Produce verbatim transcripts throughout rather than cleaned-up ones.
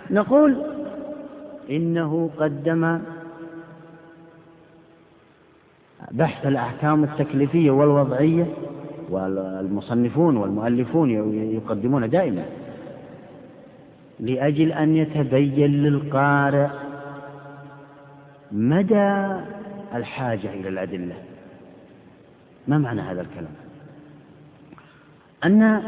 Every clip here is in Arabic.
نقول إنه قدم بحث الأحكام التكليفية والوضعية، والمصنفون والمؤلفون يقدمون دائما لأجل أن يتبين للقارئ مدى الحاجة إلى الأدلة. ما معنى هذا الكلام؟ أن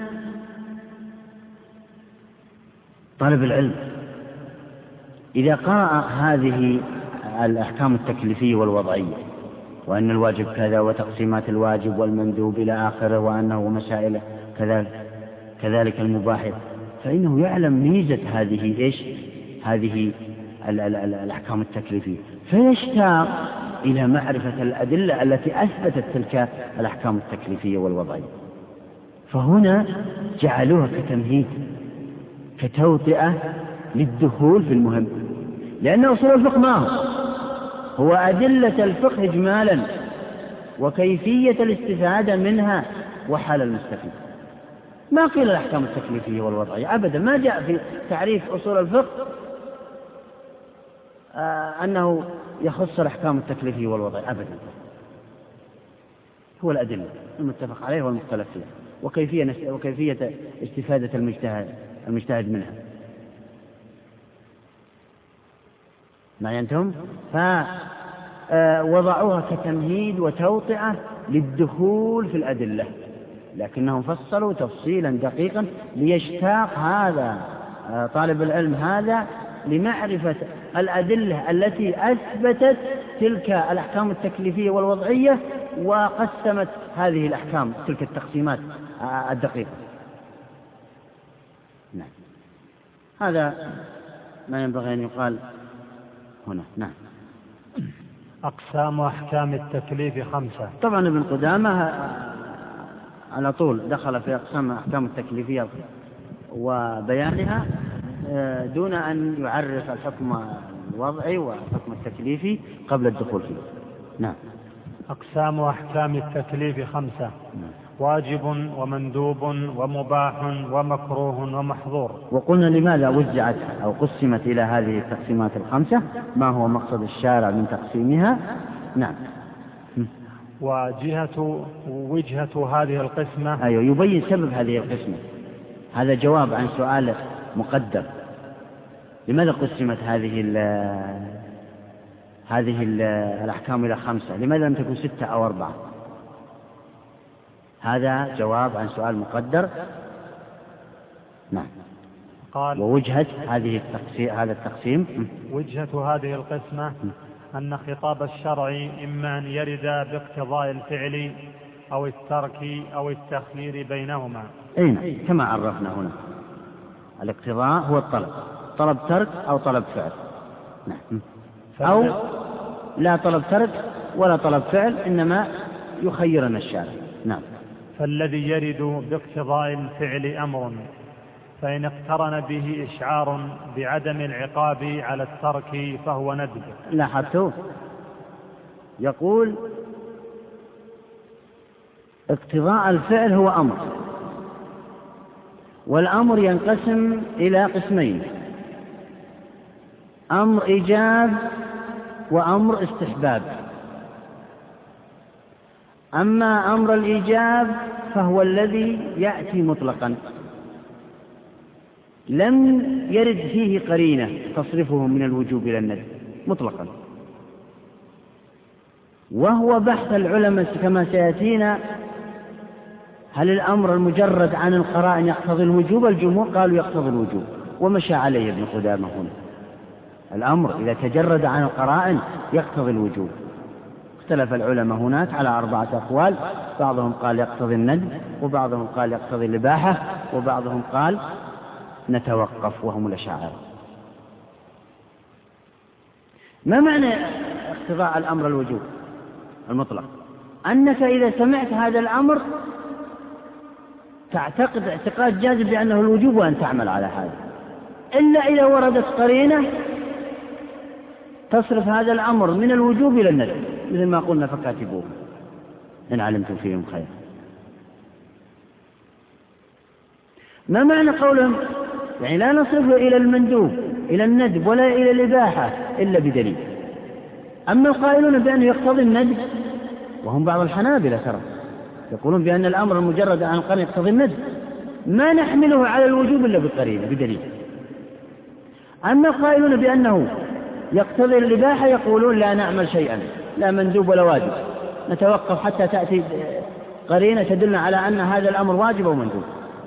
طالب العلم إذا قرأ هذه الأحكام التكليفية والوضعية، وأن الواجب كذا وتقسيمات الواجب والمندوب إلى آخره، وأنه مسائل كذلك كذلك المباح، فإنه يعلم ميزة هذه إيش؟ هذه الأحكام التكليفية، فيشتاق إلى معرفة الأدلة التي أثبتت تلك الأحكام التكليفية والوضعية. فهنا جعلوها كتمهيد، كتوطئة للدخول في المهم، لأن أصول الفقه ما هو هو أدلة الفقه إجمالا وكيفية الاستفادة منها وحال المستفيد. ما قيل الأحكام التكليفية والوضعية أبدا، ما جاء في تعريف أصول الفقه آه أنه يخص الأحكام التكليفية والوضعية أبدا. هو الأدلة المتفق عليه والمختلف فيه، وكيفية وكيفية استفادة المجتهد المجتهد منها. ما ينتم؟ فوضعوها كتمهيد وتوطئة للدخول في الأدلة، لكنهم فصلوا تفصيلا دقيقا ليشتاق هذا طالب العلم هذا لمعرفة الأدلة التي أثبتت تلك الأحكام التكليفية والوضعية، وقسمت هذه الأحكام تلك التقسيمات الدقيقة. نعم، هذا ما ينبغي أن يقال هنا. نعم. أقسام أحكام التكليف خمسة. طبعا ابن قدامة على طول دخل في أقسام أحكام التكليفية وبيانها دون أن يعرف الحكم الوضعي والحكم التكليفي قبل الدخول فيه. نعم. أقسام أحكام التكليف خمسة. نعم. واجب ومندوب ومباح ومكروه ومحظور. وقلنا لماذا وزعت أو قسمت إلى هذه التقسيمات الخمسة؟ ما هو مقصد الشارع من تقسيمها؟ نعم. وجهة وجهة هذه القسمة. أيوة، يبين سبب هذه القسمة. هذا جواب عن سؤال مقدر: لماذا قسمت هذه ال هذه ال الأحكام إلى خمسة؟ لماذا لم تكن ستة أو أربعة؟ هذا جواب عن سؤال مقدر. نعم. قال: ووجهة هذه التقسيم هذا التقسيم وجهة هذه القسمة أن خطاب الشرع إما أن يرد باقتضاء الفعل أو الترك أو التخيير بينهما. أين كما عرفنا هنا، الاقتضاء هو الطلب، طلب ترك أو طلب فعل. نعم. أو لا طلب ترك ولا طلب فعل، إنما يخيرنا الشارع. نعم. فالذي يرد باقتضاء الفعل أمر، فإن اقترن به إشعار بعدم العقاب على الترك فهو ندب. لاحظتوا؟ يقول اقتضاء الفعل هو أمر، والأمر ينقسم إلى قسمين: أمر إيجاب وأمر استحباب. أما أمر الإيجاب فهو الذي يأتي مطلقا لم يرد فيه قرينة تصرفه من الوجوب إلى الندب مطلقا، وهو بحث العلماء كما سيأتينا: هل الأمر المجرد عن القرائن يقتضي الوجوب؟ الجمهور قالوا يقتضي الوجوب، ومشى عليه ابن قدامة هنا. الأمر إذا تجرد عن القرائن يقتضي الوجوب. اختلف العلماء هناك على أربعة أقوال: بعضهم قال يقتضي الندب، وبعضهم قال يقتضي الإباحة، وبعضهم قال نتوقف، وهم الأشاعرة. ما معنى اقتضاء الأمر الوجوب المطلق؟ أنك إذا سمعت هذا الأمر تعتقد اعتقاد جازم بأنه الوجوب وأن تعمل على هذا، إلا إذا وردت قرينة تصرف هذا الأمر من الوجوب إلى الندب، مثل ما قلنا: فكاتبوه إن علمتم فيهم خير. ما معنى قولهم يعني لا نصرفه إلى المندوب إلى الندب ولا إلى الإباحة إلا بدليل. أما القائلون بأنه يقتضي الندب، وهم بعض الحنابلة ترى يقولون بأن الأمر المجرد عن القرين يقتضي الندب، ما نحمله على الوجوب إلا بقرينة بدليل. أما القائلون بأنه يقتضي الإباحة يقولون لا نعمل شيئا، لا مندوب ولا واجب، نتوقف حتى تأتي قرينة تدل على أن هذا الأمر واجب أو مندوب.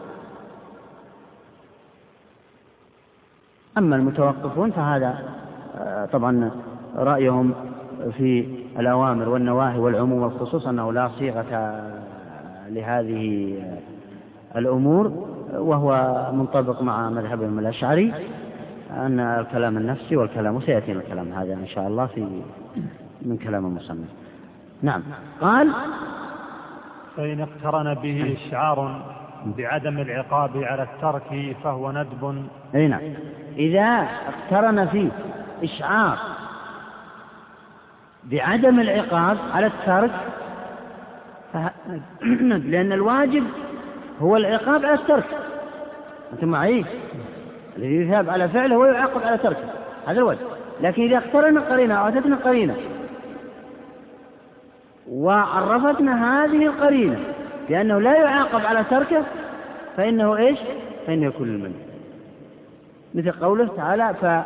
أما المتوقفون فهذا طبعا رأيهم في الأوامر والنواهي والعموم والخصوص أنه لا صيغة لهذه الأمور، وهو منطبق مع مذهبهم الأشعري أن الكلام النفسي والكلام، وسيأتينا الكلام هذا إن شاء الله في من كلام المصنف. نعم. قال فإن اقترن به إشعار بعدم العقاب على الترك فهو ندب. أي نعم، إذا اقترن فيه إشعار بعدم العقاب على الترك فندب، لأن الواجب هو العقاب على الترك. أنتم معي؟ الذي يثاب على فعله ويعاقب على تركه، هذا الواجب. لكن إذا اقترن قرينة أو أتتنا قرينة وعرفتنا هذه القرينة بأنه لا يعاقب على تركه فإنه إيش؟ فإنه يكون المنع، مثل قوله تعالى ف...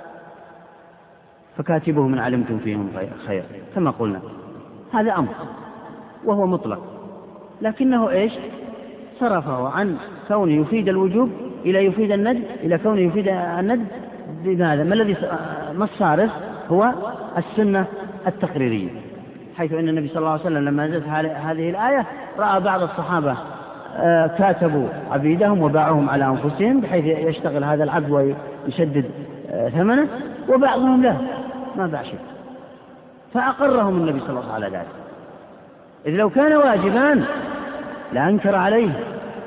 فكاتبوه من علمتم فيهم خير، كما قلنا هذا أمر وهو مطلق، لكنه إيش؟ صرفه عن كونه يفيد الوجوب إلى يفيد الندب، إلى كونه يفيد الندب. بماذا؟ ما الذي ما الصارف؟ هو السنة التقريرية، حيث أن النبي صلى الله عليه وسلم لما نزلت هذه الآية رأى بعض الصحابة كاتبوا عبيدهم وباعوهم على أنفسهم بحيث يشتغل هذا العبد ويشدد ثمنه، وبعضهم لا ما باع شيء، فأقرهم النبي صلى الله عليه وسلم على ذلك، إذ لو كان واجبان لأنكر عليه،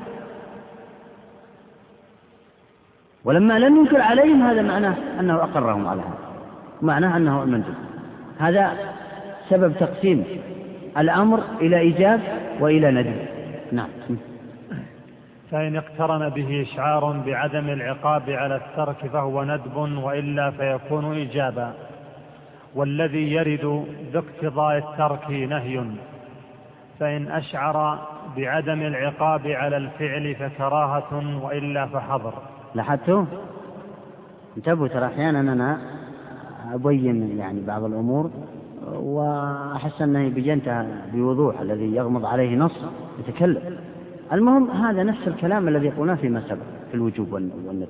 ولما لم ينكر عليهم هذا معناه أنه أقرهم على هذا، معناه أنه المندوب. هذا سبب تقسيم الأمر إلى إيجاب وإلى ندب. نعم. فإن اقترن به إشعار بعدم العقاب على الترك فهو ندب، وإلا فيكون إيجابا. والذي يرد باقتضاء الترك نهي، فإن أشعر بعدم العقاب على الفعل فكراهة، وإلا فحظر. لاحظتوا؟ انتبهوا، ترى أحيانا أنا أبين يعني بعض الأمور وأحس أنني بينتها بوضوح، الذي يغمض عليه نص يتكلم. المهم هذا نفس الكلام الذي قلناه فيما سبق في الوجوب والندب.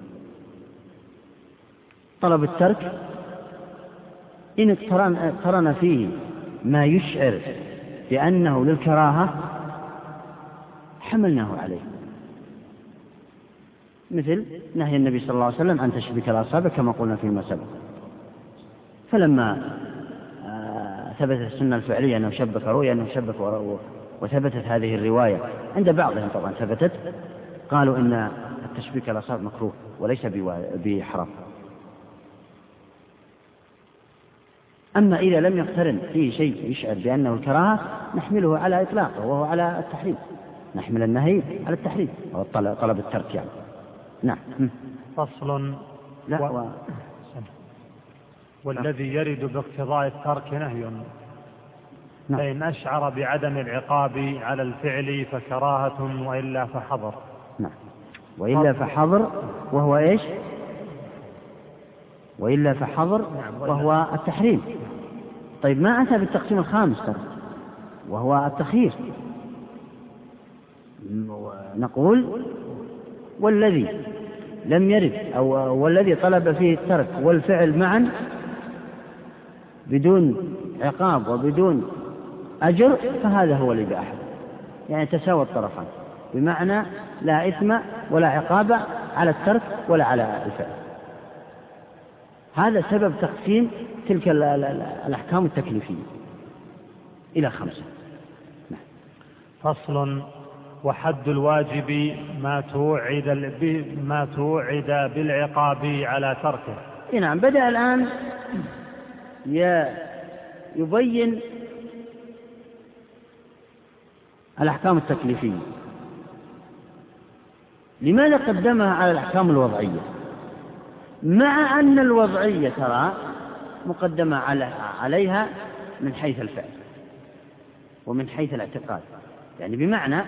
طلب الترك إن اقترن فيه ما يشعر بأنه للكراهة حملناه عليه، مثل نهي النبي صلى الله عليه وسلم أن تشبك الأصابع كما قلنا فيما سبق. فلما ثبتت السنة الفعلية أنه شبك رؤيا أنه شبك وثبتت هذه الرواية عند بعضهم طبعا ثبتت، قالوا إن التشبيك الأصابع مكروه وليس بحرام. أما إذا لم يقترن فيه شيء يشعر بأنه الكراهة نحمله على إطلاقه وهو على التحريم، نحمل النهي على التحريم أو طلب الترك يعني. نعم. فصل. لا و... و... والذي يرد باقتضاء الترك نهي، نعم. فإن أشعر بعدم العقاب على الفعل فكراهة، وإلا فحظر. نعم. وإلا فحظر وهو إيش؟ وإلا فحظر وهو التحريم. طيب ما أتى بالتقسيم الخامس ترى وهو التخيير. نقول والذي لم يرد أو والذي طلب فيه الترك والفعل معا بدون عقاب وبدون أجر فهذا هو الإباحة، يعني تساوى الطرفان، بمعنى لا إثم ولا عقاب على الترك ولا على الفعل. هذا سبب تقسيم تلك الأحكام التكليفية إلى خمسة. فصل. وحد الواجب ما توعد ما توعد بالعقاب على تركه. نعم. بدأ الآن يبين الأحكام التكليفية. لماذا قدمها على الأحكام الوضعية؟ مع أن الوضعية ترى مقدمة عليها من حيث الفعل ومن حيث الاعتقاد. يعني بمعنى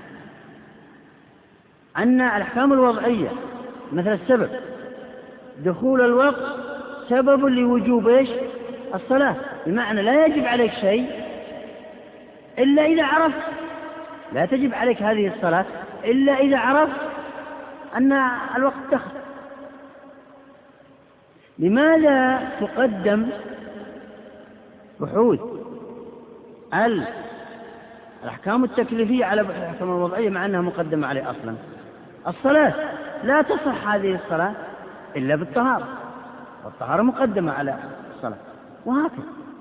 أن الأحكام الوضعية مثل السبب، دخول الوقت سبب لوجوب إيش؟ الصلاة، بمعنى لا يجب عليك شيء إلا إذا عرفت، لا تجب عليك هذه الصلاة إلا إذا عرفت أن الوقت دخل. لماذا تقدم بحوث الأحكام التكليفية على الأحكام الوضعية مع أنها مقدمة عليه أصلا؟ الصلاة لا تصح هذه الصلاة إلا بالطهارة، والطهارة مقدمة على الصلاة، وهكذا.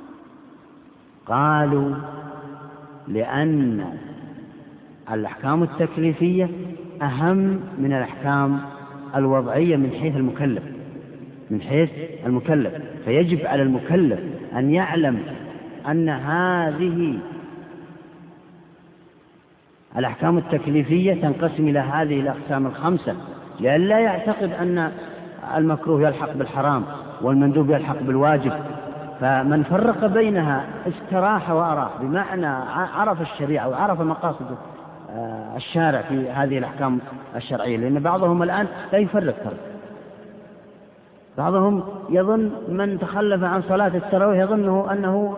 قالوا لأن الأحكام التكليفية أهم من الأحكام الوضعية من حيث المكلف، من حيث المكلف، فيجب على المكلف أن يعلم أن هذه الأحكام التكليفية تنقسم إلى هذه الأقسام الخمسة، لئلا يعتقد أن المكروه يلحق بالحرام والمندوب يلحق بالواجب. فمن فرق بينها استراح وأراح، بمعنى عرف الشريعة وعرف مقاصد الشارع في هذه الأحكام الشرعية. لأن بعضهم الآن لا يفرق فرق، بعضهم يظن من تخلف عن صلاة التراويح يظنه أنه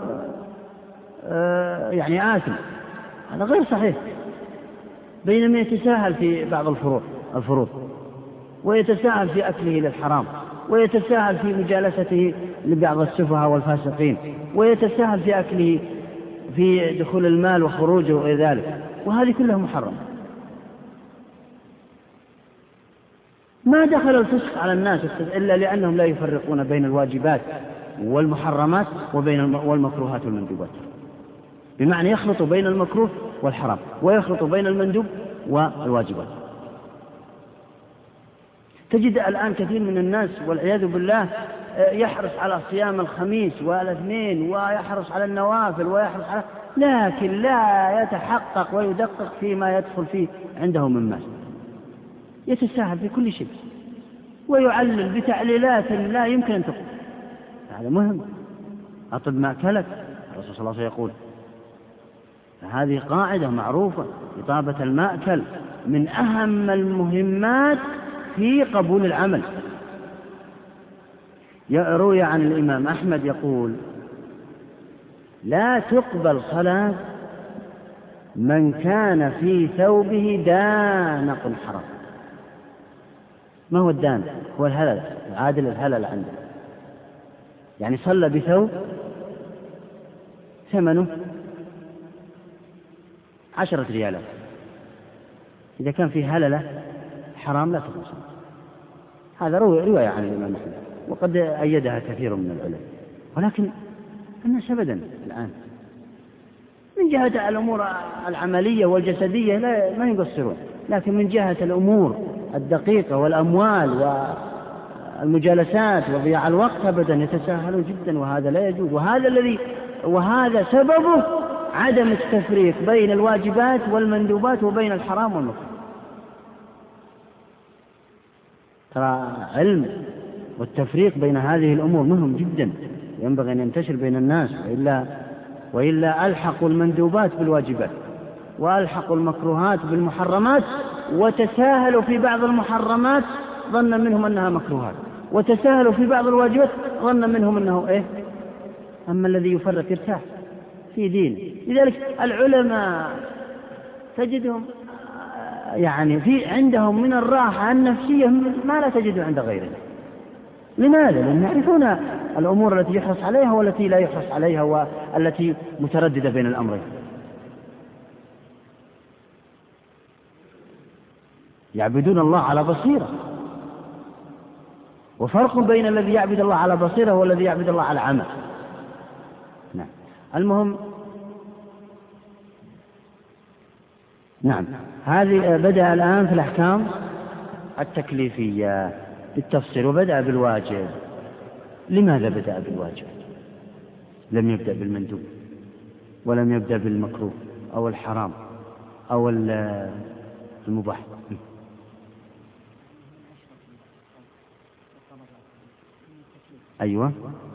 يعني آثم، هذا غير صحيح، بينما يتساهل في بعض الفروض الفروض ويتساهل في أكله للحرام، ويتساهل في مجالسته لبعض السفهاء والفاسقين، ويتساهل في أكله في دخول المال وخروجه وغير ذلك، وهذه كلها محرمة. ما دخل الفسق على الناس إلا لأنهم لا يفرقون بين الواجبات والمحرمات وبين والمكروهات والمندوبات، بمعنى يخلط بين المكروه والحرام ويخلط بين المندوب والواجبات. تجد الآن كثير من الناس والعياذ بالله يحرص على صيام الخميس والاثنين ويحرص على النوافل ويحرص على، لكن لا يتحقق ويدقق فيما يدخل فيه عنده من مال، يتساهل في كل شيء ويعلل بتعليلات لا يمكن أن تقول. هذا مهم. أطب مأكلك، الرسول صلى الله عليه وسلم يقول هذه قاعدة معروفة، إطابة المأكل من أهم المهمات في قبول العمل. يروي عن الإمام أحمد يقول لا تقبل صلاة من كان في ثوبه دانق حرام. ما هو الدانق؟ هو الهلل، عادل الهلل عنده، يعني صلى بثوب ثمنه عشرة ريالات، إذا كان فيه هللة حرام لا تقبل صلاة. هذا رواية عن الإمام أحمد وقد أيدها كثير من العلماء. ولكن الناس أبدا الآن من جهة الأمور العملية والجسدية لا ما يقصرون، لكن من جهة الأمور الدقيقة والأموال والمجالسات وضياع الوقت أبدا يتساهلون جدا، وهذا لا يجوز. وهذا الذي وهذا سببه عدم التفريق بين الواجبات والمندوبات وبين الحرام والمكروه. ترى علم والتفريق بين هذه الأمور مهم جدا، ينبغي أن ينتشر بين الناس، وإلا, وإلا ألحقوا المندوبات بالواجبات وألحقوا المكروهات بالمحرمات، وتساهلوا في بعض المحرمات ظن منهم أنها مكروهات، وتساهلوا في بعض الواجبات ظن منهم أنه إيه. أما الذي يفرق يرتاح في دين. لذلك العلماء تجدهم يعني في عندهم من الراحة النفسية ما لا تجده عند غيرهم. لماذا؟ لأنهم يعرفون الأمور التي يحرص عليها والتي لا يحرص عليها والتي مترددة بين الأمرين. يعبدون الله على بصيرة، وفرق بين الذي يعبد الله على بصيرة والذي يعبد الله على عمى. نعم. المهم نعم هذه بدأ الآن في الأحكام التكليفية بالتفصيل، وبدأ بالواجب. لماذا بدأ بالواجب؟ لم يبدأ بالمندوب، ولم يبدأ بالمكروه أو الحرام أو المباح. أيوة.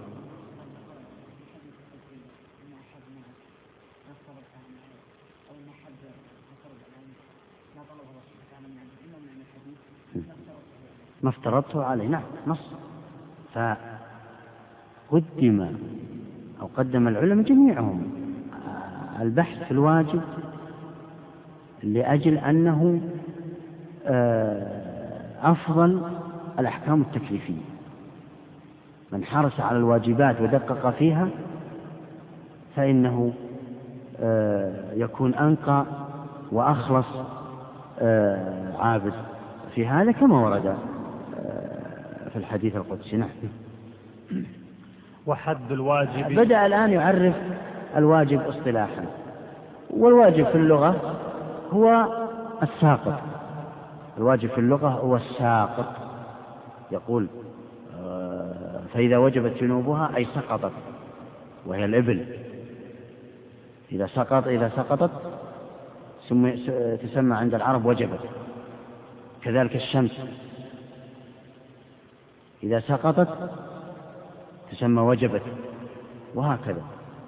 ما افترضته عليه، نعم نص. فقدم أو قدم العلماء جميعهم البحث في الواجب لأجل أنه أفضل الأحكام التكليفية. من حرص على الواجبات ودقق فيها فإنه يكون أنقى وأخلص عابد في هذا، كما ورد في الحديث القدسي. نعم. وحد الواجب. بدأ الآن يعرف الواجب اصطلاحا. والواجب في اللغة هو الساقط. الواجب في اللغة هو الساقط. يقول فإذا وجبت جنوبها أي سقطت، وهي الإبل. إذا سقط إذا سقطت تسمى عند العرب وجبت. كذلك الشمس إذا سقطت تسمى وجبت، وهكذا.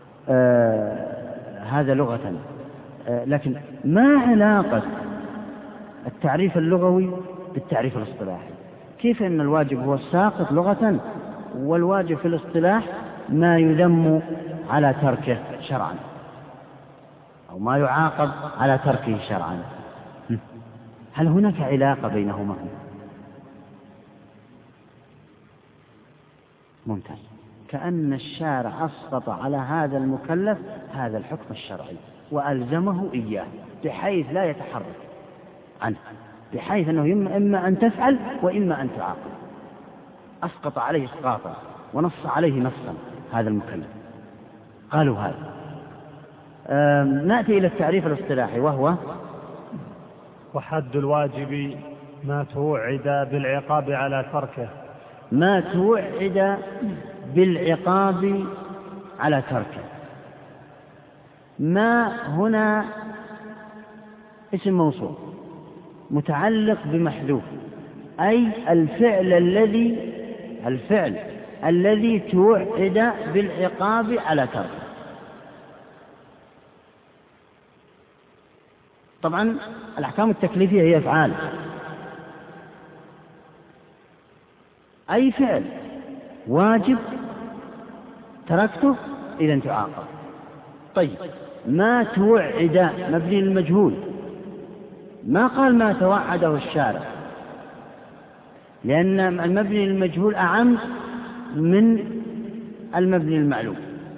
آه هذا لغة. آه لكن ما علاقة التعريف اللغوي بالتعريف الاصطلاحي؟ كيف أن الواجب هو الساقط لغة، والواجب في الاصطلاح ما يذم على تركه شرعا، أو ما يعاقب على تركه شرعا؟ هل هناك علاقة بينهما؟ ممتاز. كأن الشارع أسقط على هذا المكلف هذا الحكم الشرعي وألزمه إياه بحيث لا يتحرك عنه، بحيث أنه إما أن تفعل وإما أن تعاقب. أسقط عليه إسقاطا ونص عليه نصا هذا المكلف. قالوا هذا. نأتي إلى التعريف الاصطلاحي، وهو وحد الواجب ما توعد بالعقاب على تركه. ما توعد بالعقاب على تركه. ما هنا اسم موصول متعلق بمحذوف، أي الفعل الذي الفعل الذي توعد بالعقاب على تركه. طبعا الأحكام التكليفية هي أفعال، أي فعل واجب تركته إذا تعاقب. طيب، ما توعد مبني للمجهول، ما قال ما توعده الشارع، لأن المبني للمجهول أعم من المبني للمعلوم،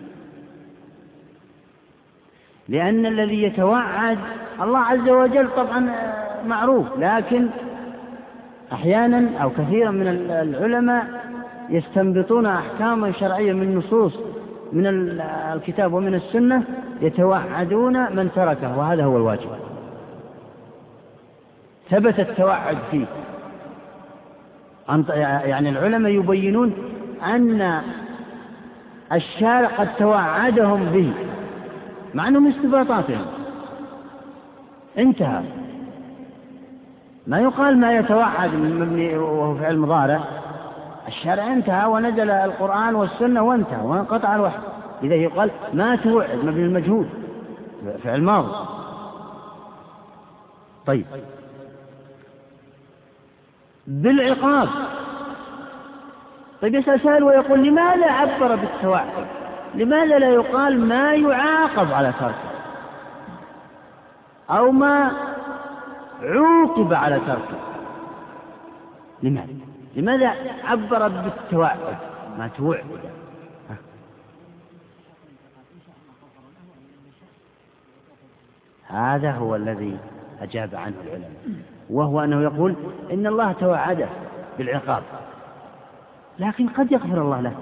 لأن الذي يتوعد الله عز وجل طبعا معروف، لكن أحيانا أو كثيرا من العلماء يستنبطون أحكاما شرعية من نصوص من الكتاب ومن السنة، يتوعدون من تركه، وهذا هو الواجب، ثبت التوعد فيه. يعني العلماء يبينون أن الشارع قد توعدهم به مع أنه من استباطاتهم، انتهى. ما يقال ما يتوعد من مبني وهو فعل مضارع، الشارع انتهى ونزل القرآن والسنة وانتهى وانقطع الوحي، إذا يقال ما توعد مبني المجهول فعل ماضي. طيب، بالعقاب. طيب، يسأل سائل ويقول لماذا عبر بالتوعد؟ لماذا لا يقال ما يعاقب على تركه أو ما عوقب على تركه؟ لماذا لماذا عبر بالتوعد ما توعد؟ هذا هو الذي أجاب عنه العلماء، وهو أنه يقول إن الله توعده بالعقاب، لكن قد يغفر الله له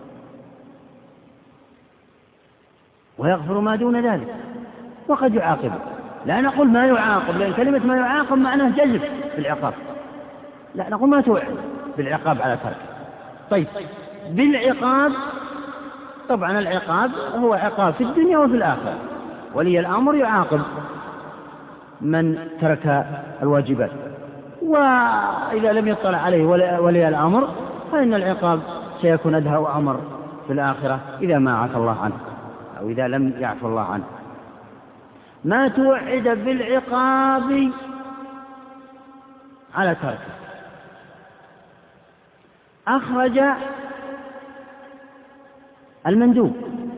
ويغفر ما دون ذلك، وقد يعاقبه. لا نقول ما يعاقب، لأن كلمة ما يعاقب معناه جزم بالعقاب، لا نقول ما توعد بالعقاب على تركه. طيب، بالعقاب، طبعا العقاب هو عقاب في الدنيا وفي الآخرة، ولي الأمر يعاقب من ترك الواجبات، وإذا لم يطلع عليه ولي الأمر فإن العقاب سيكون أدهى وأمر في الآخرة إذا ما عفى الله عنه أو إذا لم يعفو الله عنه. ما توعد بالعقاب على تركه. أخرج المندوب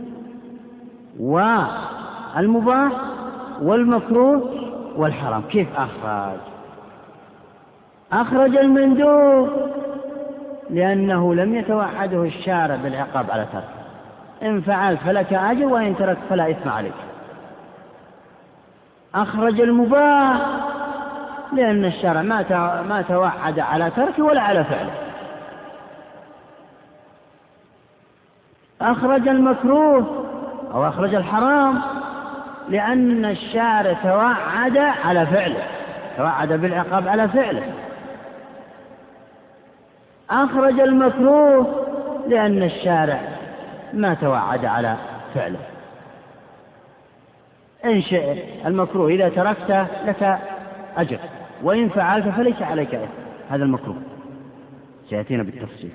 والمباح والمكروه والحرام. كيف أخرج؟ أخرج المندوب لأنه لم يتوعده الشارع بالعقاب على تركه. إن فعلت فلك أجر وإن تركت فلا إثم عليك. أخرج المباح لأن الشارع ما توعد على تركه ولا على فعله. أخرج المكروه أو أخرج الحرام لأن الشارع توعد على فعله، توعد بالعقاب على فعله. أخرج المكروه لأن الشارع ما توعد على فعله. إن شئت المكروه إذا تركته لك أجر وإن فعلت فليس عليك إثم. هذا المكروه سيأتينا بالتفصيل.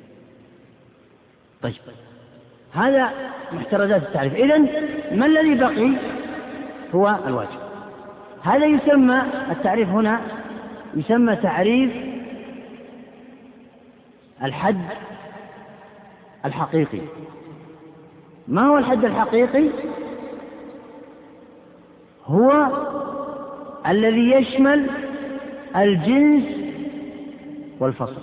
طيب هذا محترزات التعريف. إذن ما الذي بقي؟ هو الواجب. هذا يسمى التعريف هنا يسمى تعريف الحد الحقيقي. ما هو الحد الحقيقي؟ هو الذي يشمل الجنس والفصل.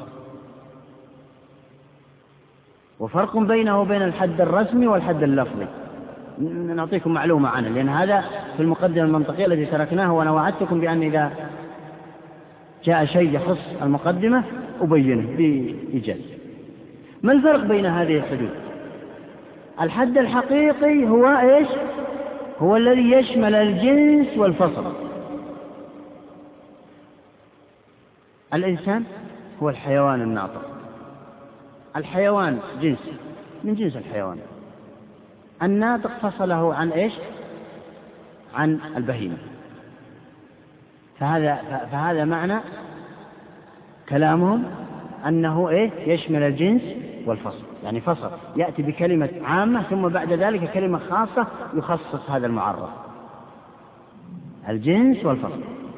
وفرق بينه وبين الحد الرسمي والحد اللفظي. نعطيكم معلومة عنه لأن هذا في المقدمة المنطقية التي تركناها، وأنا وعدتكم بأن إذا جاء شيء يخص المقدمة أبينه بإيجاز. ما الفرق بين هذه الحدود؟ الحد الحقيقي هو إيش؟ هو الذي يشمل الجنس والفصل. الإنسان هو الحيوان الناطق. الحيوان جنس من جنس الحيوان. الناطق فصله عن إيش؟ عن البهيمة. فهذا فهذا معنى كلامهم أنه إيه؟ يشمل الجنس والفصل، يعني فصل يأتي بكلمة عامة ثم بعد ذلك كلمة خاصة يخصص هذا المعرف. الجنس والفصل.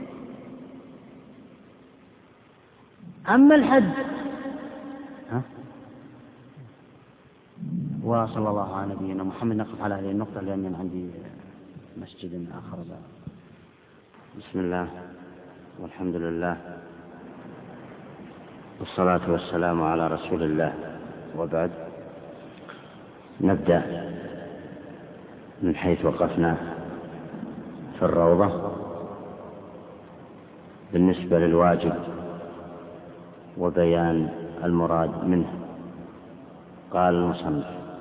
أما الحد ها؟ وصلى الله على نبينا محمد. نقف على هذه النقطة لأن عندي مسجد آخر. بسم الله والحمد لله والصلاة والسلام على رسول الله، وبعد. نبدأ من حيث وقفنا في الروضة بالنسبة للواجب وبيان المراد منه. قال المصنف: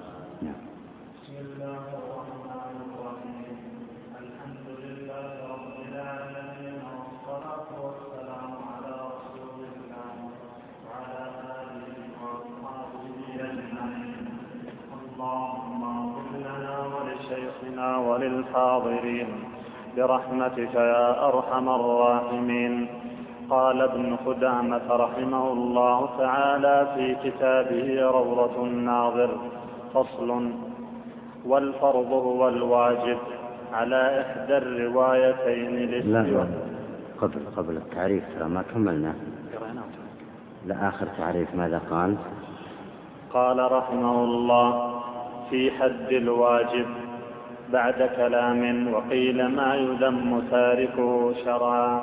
وللحاضرين برحمتك يا أرحم الراحمين. قال ابن قدامة رحمه الله تعالى في كتابه روضة الناظر: فصل: والفرض هو الواجب على إحدى الروايتين للسوى. قبل قبل التعريف ترى ما كملنا لآخر تعريف. ماذا قال؟ قال رحمه الله: في حد الواجب بعد كلام وقيل ما يذم تاركه شرعا.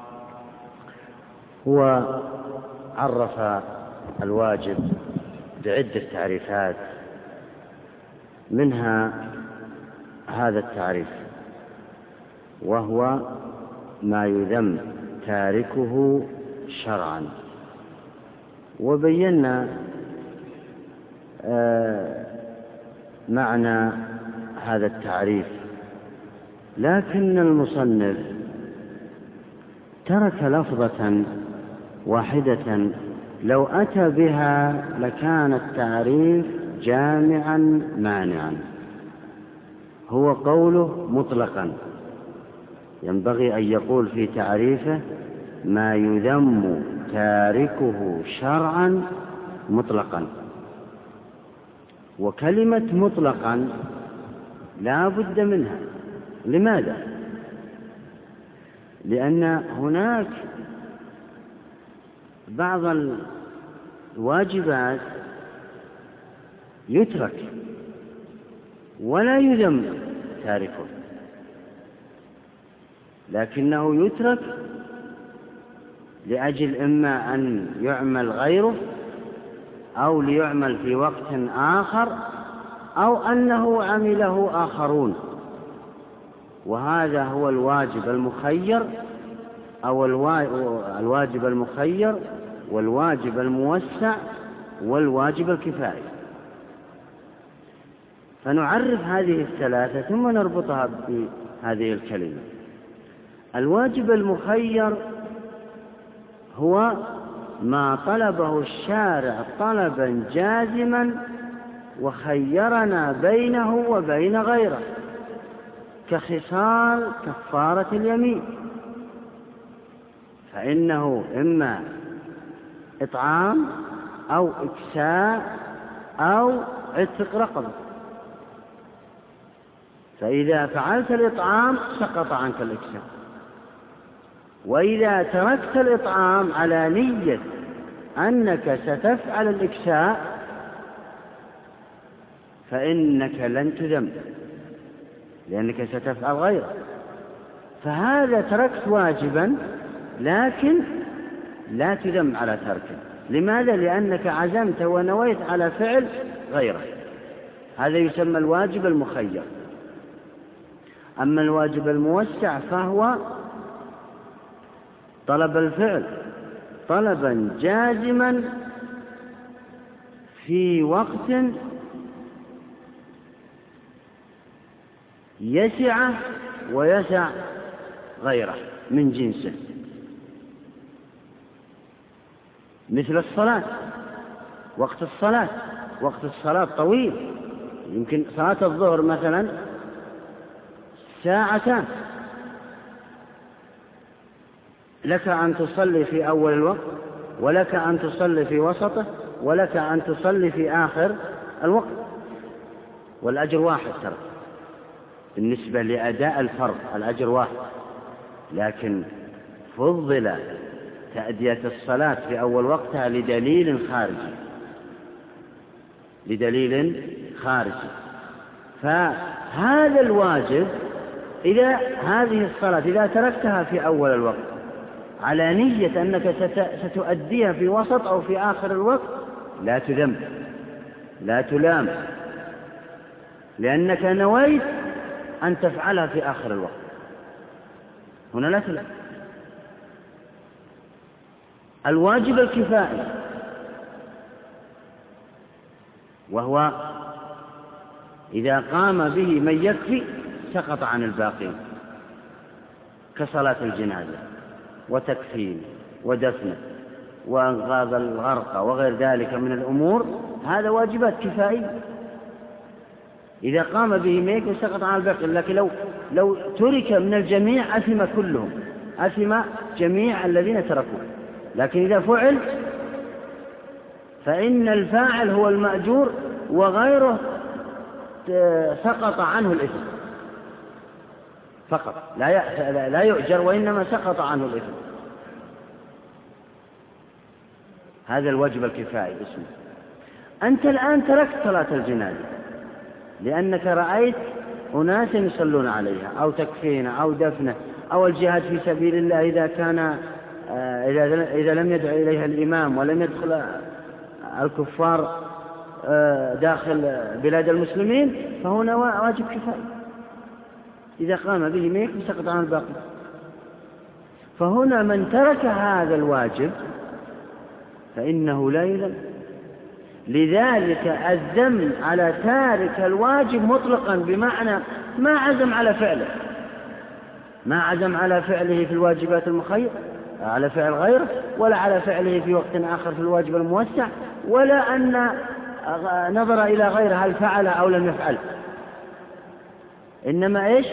هو عرف الواجب بعدة تعريفات، منها هذا التعريف وهو ما يذم تاركه شرعا. وبينا آه معنى هذا التعريف، لكن المصنف ترك لفظة واحدة لو أتى بها لكان التعريف جامعا مانعا، هو قوله مطلقا. ينبغي أن يقول في تعريفه ما يذم تاركه شرعا مطلقا، وكلمة مطلقا لا بد منها. لماذا؟ لأن هناك بعض الواجبات يترك ولا يذم تاركه، لكنه يترك لأجل إما أن يعمل غيره أو ليعمل في وقت آخر أو أنه عمله آخرون، وهذا هو الواجب المخير أو الواجب المخير والواجب الموسع والواجب الكفائي. فنعرف هذه الثلاثة ثم نربطها بهذه الكلمة. الواجب المخير هو ما طلبه الشارع طلبا جازما وخيرنا بينه وبين غيره، كخصال كفارة اليمين، فإنه إما إطعام أو إكساء أو عتق رقبة، فإذا فعلت الإطعام سقط عنك الإكساء، وإذا تركت الإطعام على نية أنك ستفعل الإكساء فإنك لن تذم لأنك ستفعل غيره. فهذا تركت واجبا لكن لا تذم على تركه. لماذا؟ لأنك عزمت ونويت على فعل غيره. هذا يسمى الواجب المخير. أما الواجب الموسع فهو طلب الفعل طلبا جازما في وقت يسع ويسع غيره من جنسه، مثل الصلاة. وقت الصلاة وقت الصلاة طويل، يمكن صلاة الظهر مثلا ساعتان، لك أن تصلي في أول الوقت ولك أن تصلي في وسطه ولك أن تصلي في آخر الوقت، والأجر واحد ترى بالنسبة لأداء الفرض، الأجر واحد، لكن فضل تأدية الصلاة في أول وقتها لدليل خارجي لدليل خارجي فهذا الواجب إذا هذه الصلاة إذا تركتها في أول الوقت على نية أنك ستؤديها في وسط أو في آخر الوقت لا تذم لا تلام، لأنك نويت أن تفعلها في آخر الوقت، هنا لا تلام. الواجب الكفائي وهو إذا قام به من يكفي سقط عن الباقين، كصلاة الجنازة وتكفين ودفن وإنقاذ الغرق وغير ذلك من الأمور، هذا واجبات كفائية إذا قام به من يكفي سقط عن الباقين. لكن لو, لو ترك من الجميع أثم كلهم، أثم جميع الذين تركوه. لكن إذا فعل فإن الفاعل هو المأجور وغيره سقط عنه الإثم فقط، لا لا يؤجر وإنما سقط عنه الإثم. هذا الواجب الكفائي اسمه. أنت الآن تركت صلاة الجنازة لأنك رأيت أناسا يصلون عليها أو تكفين أو دفنه أو الجهاد في سبيل الله إذا كان إذا لم يدع إليها الإمام ولم يدخل الكفار داخل بلاد المسلمين فهنا واجب كفائي إذا قام به ميك سقط عن الباقي. فهنا من ترك هذا الواجب فإنه لا يذم. لذلك الذم على تارك الواجب مطلقا، بمعنى ما عزم على فعله ما عزم على فعله في الواجبات المخير على فعل غيره، ولا على فعله في وقت آخر في الواجب الموسع، ولا أن نظر إلى غيره هل فعل أو لم يفعل، إنما إيش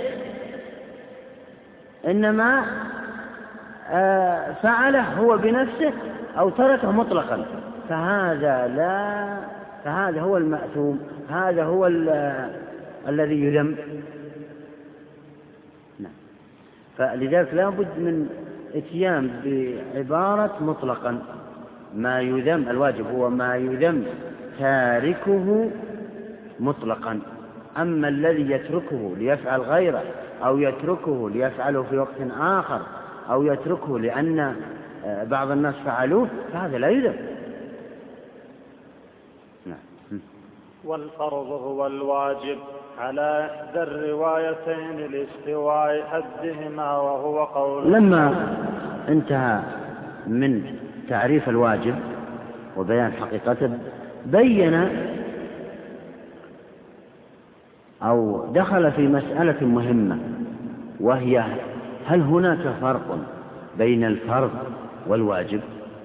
إنما آه فعله هو بنفسه أو تركه مطلقا، فهذا لا فهذا هو المأثوم، هذا هو الذي يذم. نعم. فلذلك لا بد من اتيان بعبارة مطلقا ما يذم. الواجب هو ما يذم تاركه مطلقا، أما الذي يتركه ليفعل غيره أو يتركه ليفعله في وقت آخر أو يتركه لأن بعض الناس فعلوه فهذا لا يذم. نعم. والفرض هو الواجب على إحدى الروايتين لاستواء حدهما وهو قول. لما انتهى من تعريف الواجب وبيان حقيقته بين أو دخل في مسألة مهمة، وهي هل هناك فرق بين الفرض والواجب؟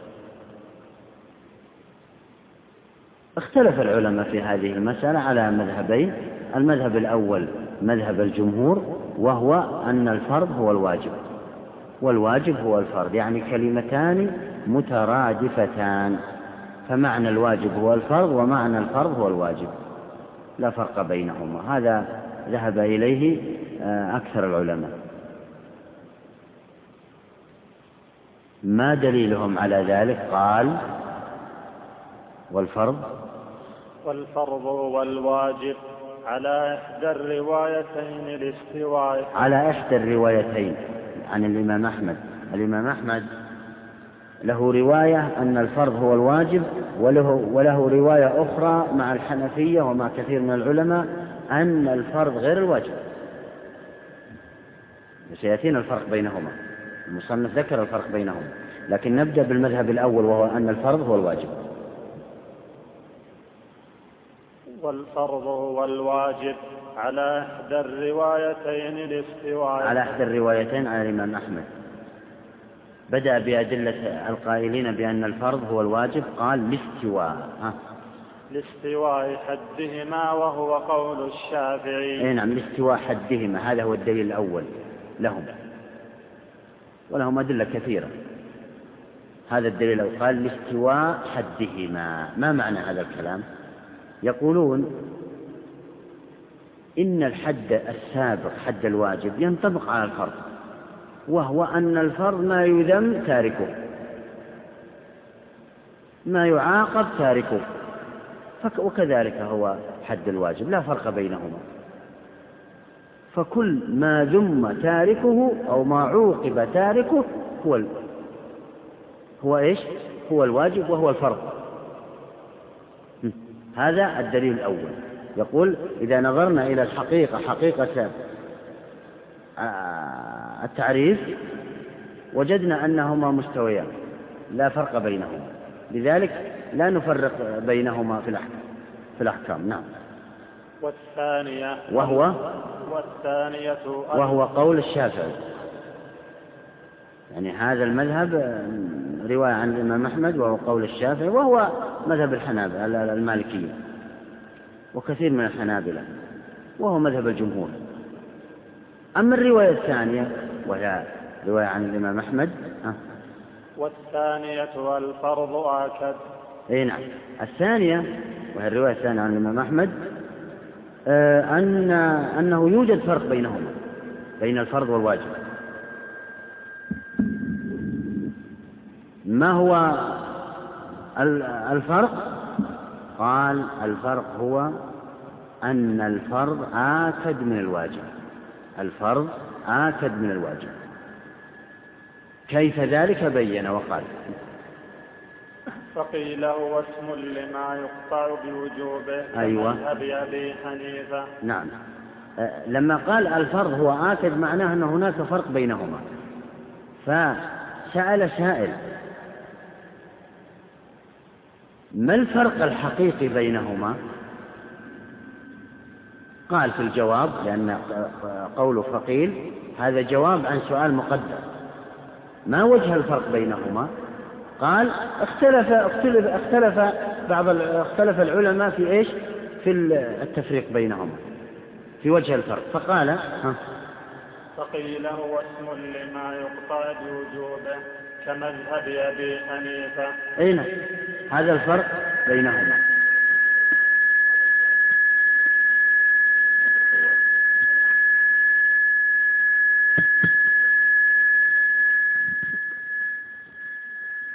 اختلف العلماء في هذه المسألة على مذهبين. المذهب الأول مذهب الجمهور، وهو أن الفرض هو الواجب والواجب هو الفرض، يعني كلمتان مترادفتان، فمعنى الواجب هو الفرض ومعنى الفرض هو الواجب، لا فرق بينهما. هذا ذهب إليه أكثر العلماء. ما دليلهم على ذلك؟ قال والفرض والفرض والواجب على إحدى الروايتين الاستواء. على إحدى الروايتين عن الإمام أحمد. الإمام أحمد له رواية أن الفرض هو الواجب، وله, وله رواية أخرى مع الحنفية ومع كثير من العلماء أن الفرض غير الواجب. سيأتينا الفرق بينهما، المصنف ذكر الفرق بينهما، لكن نبدأ بالمذهب الأول وهو أن الفرض هو الواجب. والفرض هو الواجب على إحدى الروايتين الاستواء. على إحدى الروايتين على الإمام أحمد. بدأ بأدلة القائلين بأن الفرض هو الواجب، قال الاستواء ها. لاستواء حدهما وهو قول الشافعي. اي نعم، لاستواء حدهما، هذا هو الدليل الأول لهم، ولهم أدلة كثيرة. هذا الدليل الأول قال لاستواء حدهما. ما معنى هذا الكلام؟ يقولون إن الحد السابق حد الواجب ينطبق على الفرض، وهو أن الفرض ما يذم تاركه، ما يعاقب تاركه، وكذلك هو حد الواجب، لا فرق بينهما. فكل ما ذم تاركه أو ما عوقب تاركه هو ال... هو إيش؟ هو الواجب وهو الفرض. هذا الدليل الأول. يقول إذا نظرنا إلى الحقيقة، حقيقة التعريف، وجدنا أنهما مستويان لا فرق بينهما، لذلك لا نفرق بينهما في الأحكام. نعم. والثانية وهو والثانية وهو قول الشافعي، يعني هذا المذهب رواية عن الإمام أحمد وهو قول الشافعي، وهو مذهب الحنابلة المالكية وكثير من الحنابلة، وهو مذهب الجمهور. أما الرواية الثانية وهي رواية عن الإمام أحمد ها. والثانية الفرض آكد. أي نعم، الثانية وهي الرواية الثانية عن الإمام أحمد آه أن أنه يوجد فرق بينهما، بين الفرض والواجب. ما هو الفرق؟ قال الفرق هو أن الفرض آكد من الواجب، الفرض آكد من الواجب. كيف ذلك؟ بين وقال فقيل هو اسم لما يقطع بوجوبه. أيوة. كمذهب أبي حنيفة. نعم. أه لما قال الفرض هو آكد معناه أن هناك فرق بينهما، فسأل سائل ما الفرق الحقيقي بينهما؟ قال في الجواب، لأن قوله فقيل هذا جواب عن سؤال مقدر، ما وجه الفرق بينهما؟ قال اختلف اختلف اختلف بعض اختلف العلماء في ايش؟ في التفريق بينهما، في وجه الفرق. فقال ها فقيل هو اسم لما يقطع بوجوبه كمذهب أبي حنيفة. أين هذا الفرق بينهما؟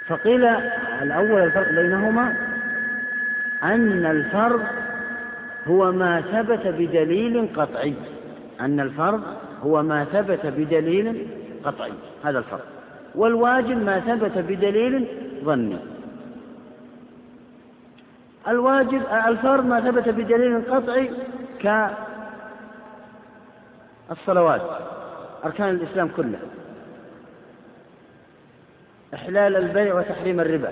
فقيل الأول الفرق بينهما أن الفرض هو ما ثبت بدليل قطعي، أن الفرض هو ما ثبت بدليل قطعي، هذا الفرق. والواجب ما ثبت بدليل ظني. الواجب الفرض ما ثبت بدليل قطعي كالصلوات، أركان الإسلام كله، إحلال البيع وتحريم الربا.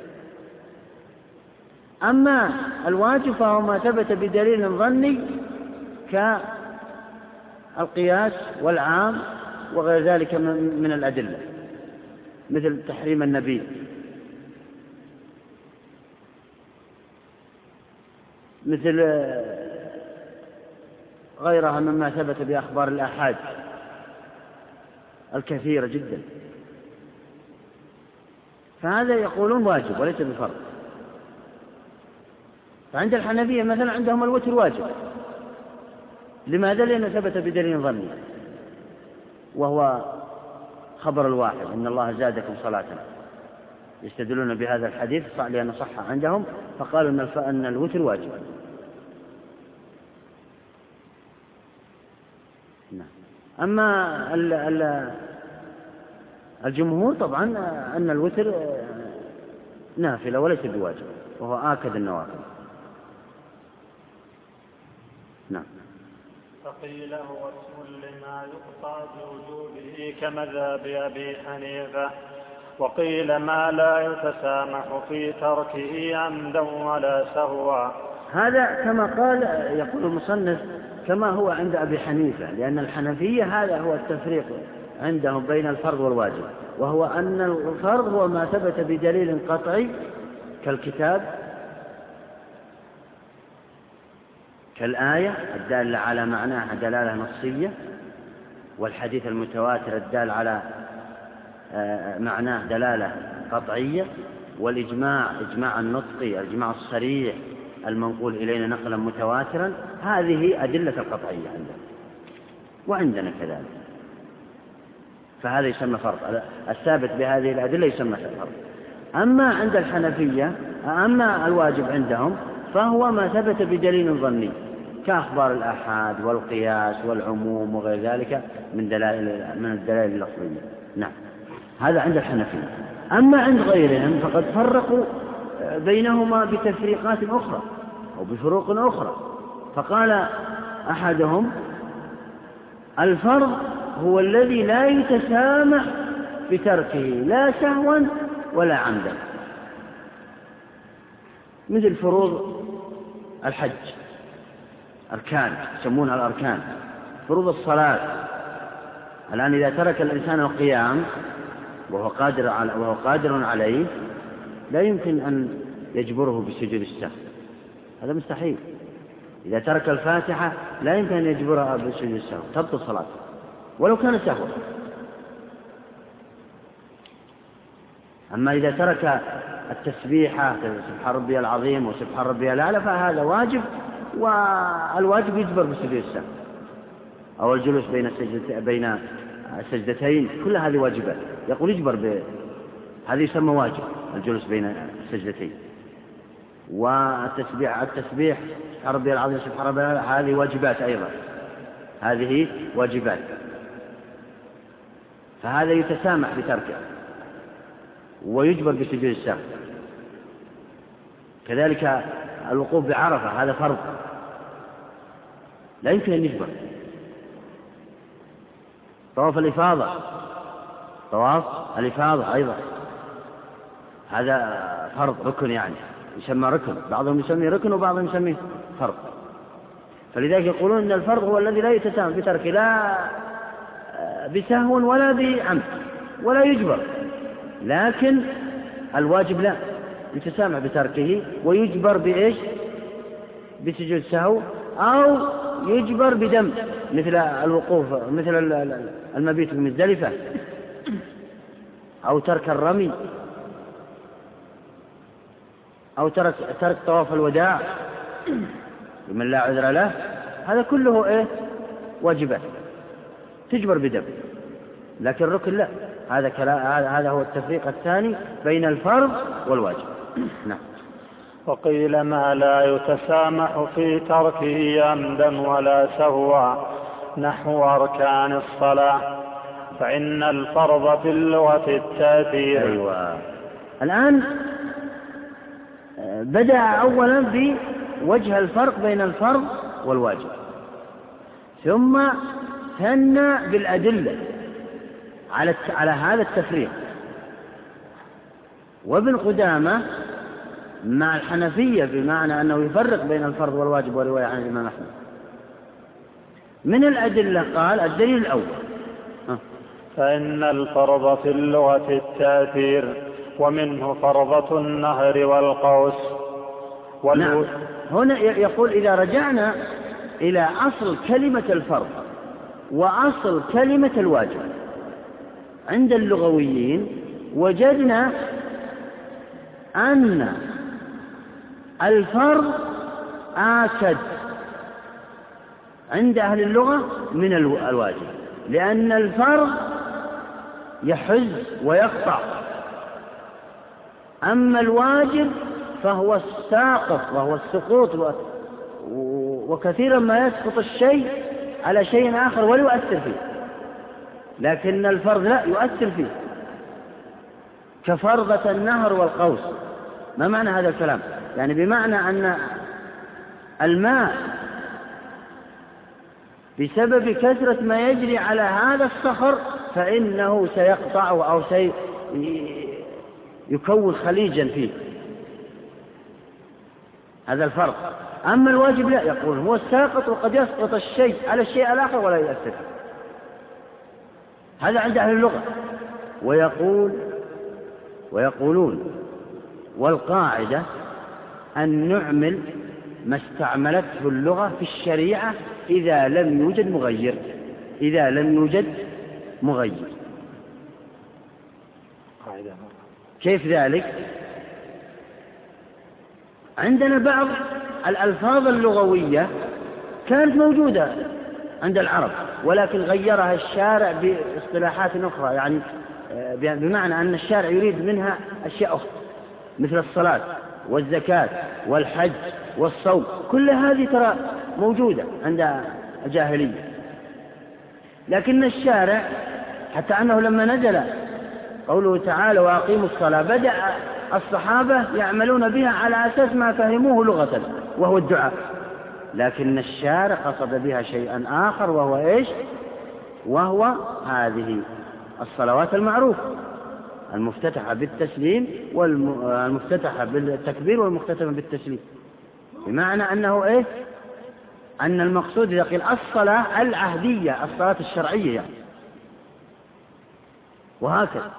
أما الواجب فهو ما ثبت بدليل ظني كالقياس والعام وغير ذلك من الأدلة، مثل تحريم النبي، مثل غيرها مما ثبت بأخبار الآحاد الكثيرة جدا. فهذا يقولون واجب وليس بفرض. فعند الحنفية مثلا عندهم الوتر واجب. لماذا؟ لأنه ثبت بدليل ظني، وهو خبر الواحد إن الله زادكم صلاة، يستدلون بهذا الحديث لأنه صح عندهم، فقالوا أن الوتر واجب. أما الجمهور طبعا أن الوتر نافلة وليس بواجب، وهو آكد النوافل. نعم. فقيل هو اسم لما يقطع بوجوده كمذهب أبي حنيفة، وقيل ما لا يتسامح في تركه عمدا ولا سهوا. هذا كما قال يقول المصنف كما هو عند أبي حنيفة، لأن الحنفية هذا هو التفريق عندهم بين الفرض والواجب، وهو أن الفرض هو ما ثبت بدليل قطعي كالكتاب، كالآية الدالة على معناها دلالة نصية، والحديث المتواتر الدال على معناه دلالة قطعية، والإجماع إجماع النطقي الإجماع الصريح المنقول إلينا نقلا متواترا. هذه أدلة القطعية عندنا وعندنا كذلك، فهذا يسمى فرض. الثابت بهذه الأدلة يسمى فرض. أما عند الحنفية أما الواجب عندهم فهو ما ثبت بدليل ظني كأخبار الآحاد والقياس والعموم وغير ذلك من دلائل من الدلائل اللفظية. نعم، هذا عند الحنفية. أما عند غيرهم فقد فرقوا بينهما بتفريقات أخرى أو بفروق أخرى. فقال أحدهم الفرض هو الذي لا يتسامح بتركه لا سهوا ولا عمدا، مثل فروض الحج، أركان يسمونها الأركان، فروض الصلاة. الآن إذا ترك الإنسان القيام وهو قادر على وهو قادر عليه لا يمكن أن يجبره بسجود السهو، هذا مستحيل. إذا ترك الفاتحة لا يمكن أن يجبرها بسجود السهو، تبطل الصلاة ولو كان سهوا. أما إذا ترك التسبيحة سبحان ربي العظيم وسبحان ربي الأعلى فهذا واجب، والواجب يجبر بسجود السهو أو الجلوس بين السجدتين بين السجدتين، كل هذه واجبات يقول يجبر ب... هذه يسمى واجب الجلوس بين السجدتين. والتسبيح التسبيح سبحان ربي العظيم سبحان ربي الأعلى هذه واجبات أيضا، هذه واجبات، فهذا يتسامح بتركه ويجبر بسجود السهو. كذلك الوقوف بعرفة هذا فرض لا يمكن أن يجبر. طواف الإفاضة طواف الإفاضة أيضا هذا فرض ركن، يعني يسمى ركن، بعضهم يسميه ركن وبعضهم يسميه فرض. فلذلك يقولون أن الفرض هو الذي لا يتسامح بتركه لا بسهو ولا بعمد ولا يجبر، لكن الواجب لا يتسامح بتركه ويجبر بإيش؟ بسجود سهو أو يجبر بدم، مثل الوقوف مثل المبيت بمزدلفة أو ترك الرمي أو ترك ترك طواف الوداع لمن لا عذر له. هذا كله إيه؟ واجبات تجبر بدم، لكن الركن لا، هذا كلام هذا هو التفريق الثاني بين الفرض والواجب. نعم. وقيل ما لا يتسامح في تركه عمدا ولا سهوا نحو أركان الصلاة، فإن الفرض في اللغة التأثير. أيوة. الآن بدأ أولا بوجه الفرق بين الفرض والواجب، ثم ثنى بالأدلة على على هذا التفريق. وابن قدامة مع الحنفية بمعنى أنه يفرق بين الفرض والواجب، ورواية عن الإمام أحمد. من الأدلة قال الدليل الأول فإن الفرض في اللغة التأثير، ومنه فرضة النهر والقوس والو... نعم. هنا يقول إذا رجعنا إلى أصل كلمة الفرض وأصل كلمة الواجب عند اللغويين وجدنا أن الفرض آكد عند أهل اللغة من الواجب، لأن الفرض يحز ويقطع، أما الواجب فهو الساقط وهو السقوط، وكثيرا ما يسقط الشيء على شيء آخر ولا يؤثر فيه، لكن الفرض لا يؤثر فيه، كفرضة النهر والقوس. ما معنى هذا الكلام؟ يعني بمعنى أن الماء بسبب كثرة ما يجري على هذا الصخر فإنه سيقطع أو سيكون خليجا فيه، هذا الفرق. أما الواجب لا، يقول هو الساقط وقد يسقط الشيء على الشيء الآخر ولا يؤثر، هذا عند أهل اللغة. ويقول ويقولون والقاعدة أن نعمل ما استعملته اللغة في الشريعة إذا لم يوجد مغير، إذا لم يوجد مغير. كيف ذلك؟ عندنا بعض الألفاظ اللغوية كانت موجودة عند العرب ولكن غيرها الشارع باصطلاحات أخرى، يعني بمعنى أن الشارع يريد منها أشياء أخرى مثل الصلاة والزكاة والحج والصوم، كل هذه ترى موجودة عند الجاهلية، لكن الشارع حتى أنه لما نزل قوله تعالى وأقيموا الصلاة بدأ الصحابة يعملون بها على أساس ما فهموه لغة وهو الدعاء، لكن الشارع قصد بها شيئا آخر وهو إيش؟ وهو هذه الصلوات المعروفة المفتتحة بالتسليم والمفتتحة بالتكبير والمختتمة بالتسليم، بمعنى أنه إيه؟ أن المقصود إذا قيل الصلاة العهدية الصلاة الشرعية يعني. وهكذا.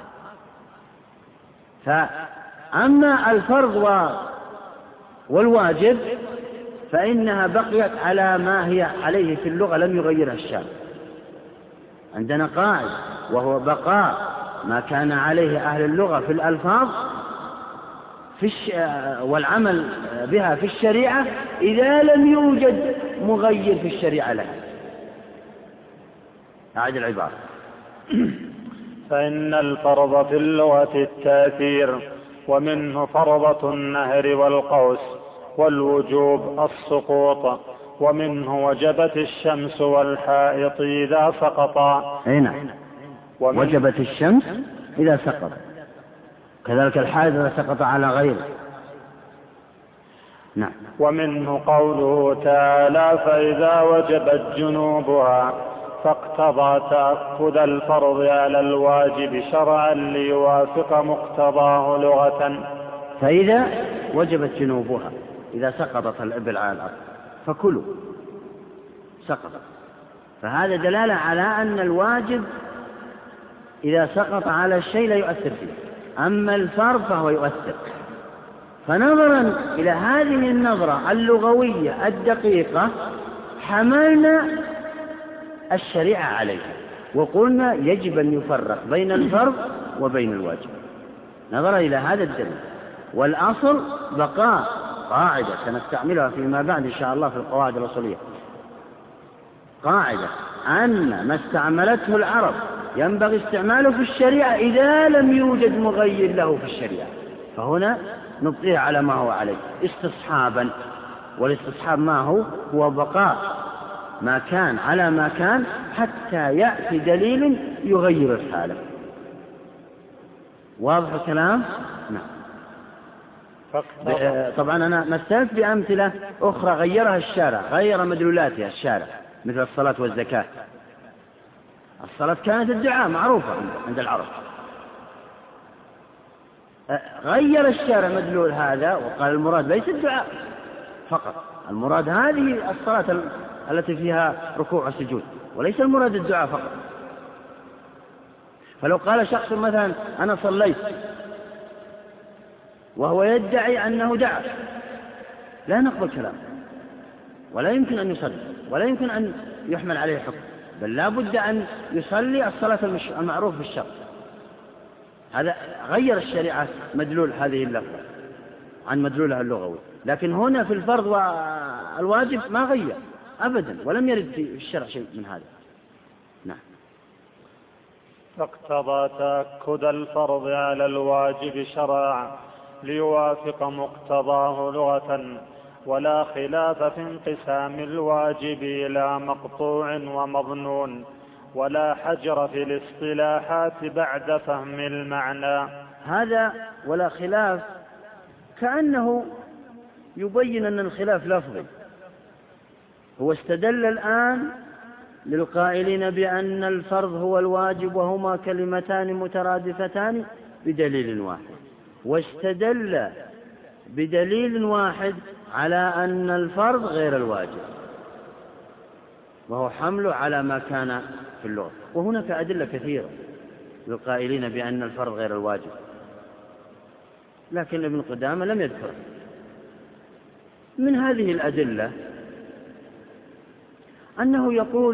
فأما الفرض والواجب فإنها بقيت على ما هي عليه في اللغة لم يغيرها الشارع. عندنا قاعدة وهو بقاء ما كان عليه أهل اللغة في الألفاظ في الش... والعمل بها في الشريعة إذا لم يوجد مغير في الشريعة لها. أعد العبارة. فإن الفرض في اللغة التأثير، ومنه فرضة النهر والقوس، والوجوب السقوط، ومنه وجبت الشمس والحائط إذا سقطا. هنا وجبت الشمس إذا سقط، كذلك الحائط إذا سقط على غيره. نعم. ومنه قوله تعالى فإذا وجبت جنوبها، فاقتضى تأخذ الفرض على الواجب شرعا ليوافق مقتضاه لغة. فإذا وجبت جنوبها، إذا سقطت الإبل على الأرض فكلوا، سقطت، فهذا دلالة على أن الواجب إذا سقط على الشيء لا يؤثر فيه، أما الفرض فهو يؤثر. فنظرا إلى هذه النظرة اللغوية الدقيقة حملنا الشريعة عليها وقلنا يجب أن يفرق بين الفرض وبين الواجب نظرا إلى هذا الدليل. والأصل بقاء قاعدة سنستعملها فيما بعد إن شاء الله في القواعد الأصولية، قاعدة أن ما استعملته العرب ينبغي استعماله في الشريعة إذا لم يوجد مغير له في الشريعة، فهنا نبقيه على ما هو عليه استصحابا. والاستصحاب ما هو؟ هو بقاء ما كان على ما كان حتى يأتي دليل يغير الحالة. واضح الكلام؟ نعم. طبعا أنا مثلت بأمثلة أخرى غيرها الشارع، غير مدلولاتها الشارع، مثل الصلاة والزكاة. الصلاة كانت الدعاء معروفة عند العرب، غير الشارع مدلول هذا وقال المراد ليس الدعاء فقط، المراد هذه الصلاة التي فيها ركوع وسجود، وليس المراد الدعاء فقط. فلو قال شخص مثلا أنا صليت وهو يدعي أنه دعا، لا نقبل كلام، ولا يمكن أن يصلي، ولا يمكن أن يحمل عليه حكم، بل لا بد أن يصلي الصلاة المعروف بالشرع. هذا غير الشريعة مدلول هذه اللفظة عن مدلولها اللغوي، لكن هنا في الفرض والواجب ما غير أبدا، ولم يرد في الشرع شيء من هذا. نعم. فاقتضى تأكد الفرض على الواجب شرعا ليوافق مقتضاه لغة، ولا خلاف في انقسام الواجب إلى مقطوع ومظنون، ولا حجر في الاصطلاحات بعد فهم المعنى. هذا ولا خلاف كأنه يبين أن الخلاف لفظي. هو استدل الآن للقائلين بأن الفرض هو الواجب وهما كلمتان مترادفتان بدليل واحد، واستدل بدليل واحد على أن الفرض غير الواجب، وهو حمله على ما كان في اللغة. وهناك أدلة كثيرة للقائلين بأن الفرض غير الواجب، لكن ابن قدامة لم يذكر. من هذه الأدلة أنه يقول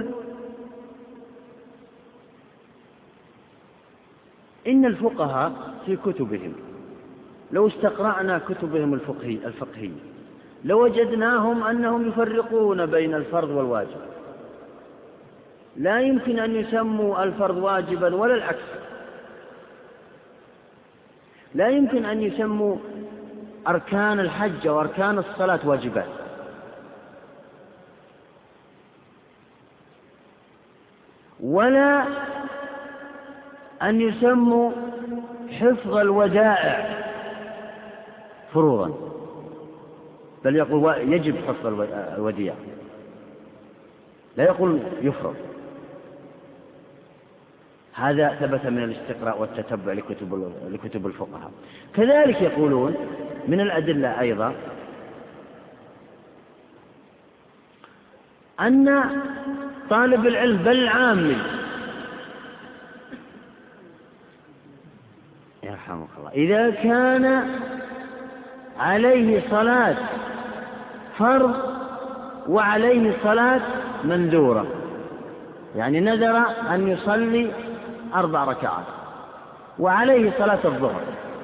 إن الفقهاء في كتبهم لو استقرأنا كتبهم الفقهية الفقهية لوجدناهم أنهم يفرقون بين الفرض والواجب، لا يمكن أن يسموا الفرض واجبا ولا العكس، لا يمكن أن يسموا أركان الحج وأركان الصلاة واجبات، ولا أن يسموا حفظ الودائع فروضا، بل يقول يجب حفظ الوديعة، لا يقول يفرض. هذا ثبت من الاستقراء والتتبع لكتب لكتب الفقهاء. كذلك يقولون من الأدلة أيضا أن طالب العلم بل العامي يرحمك الله إذا كان عليه صلاة فرض وعليه صلاة منذورة، يعني نذر أن يصلي أربع ركعات وعليه صلاة الظهر،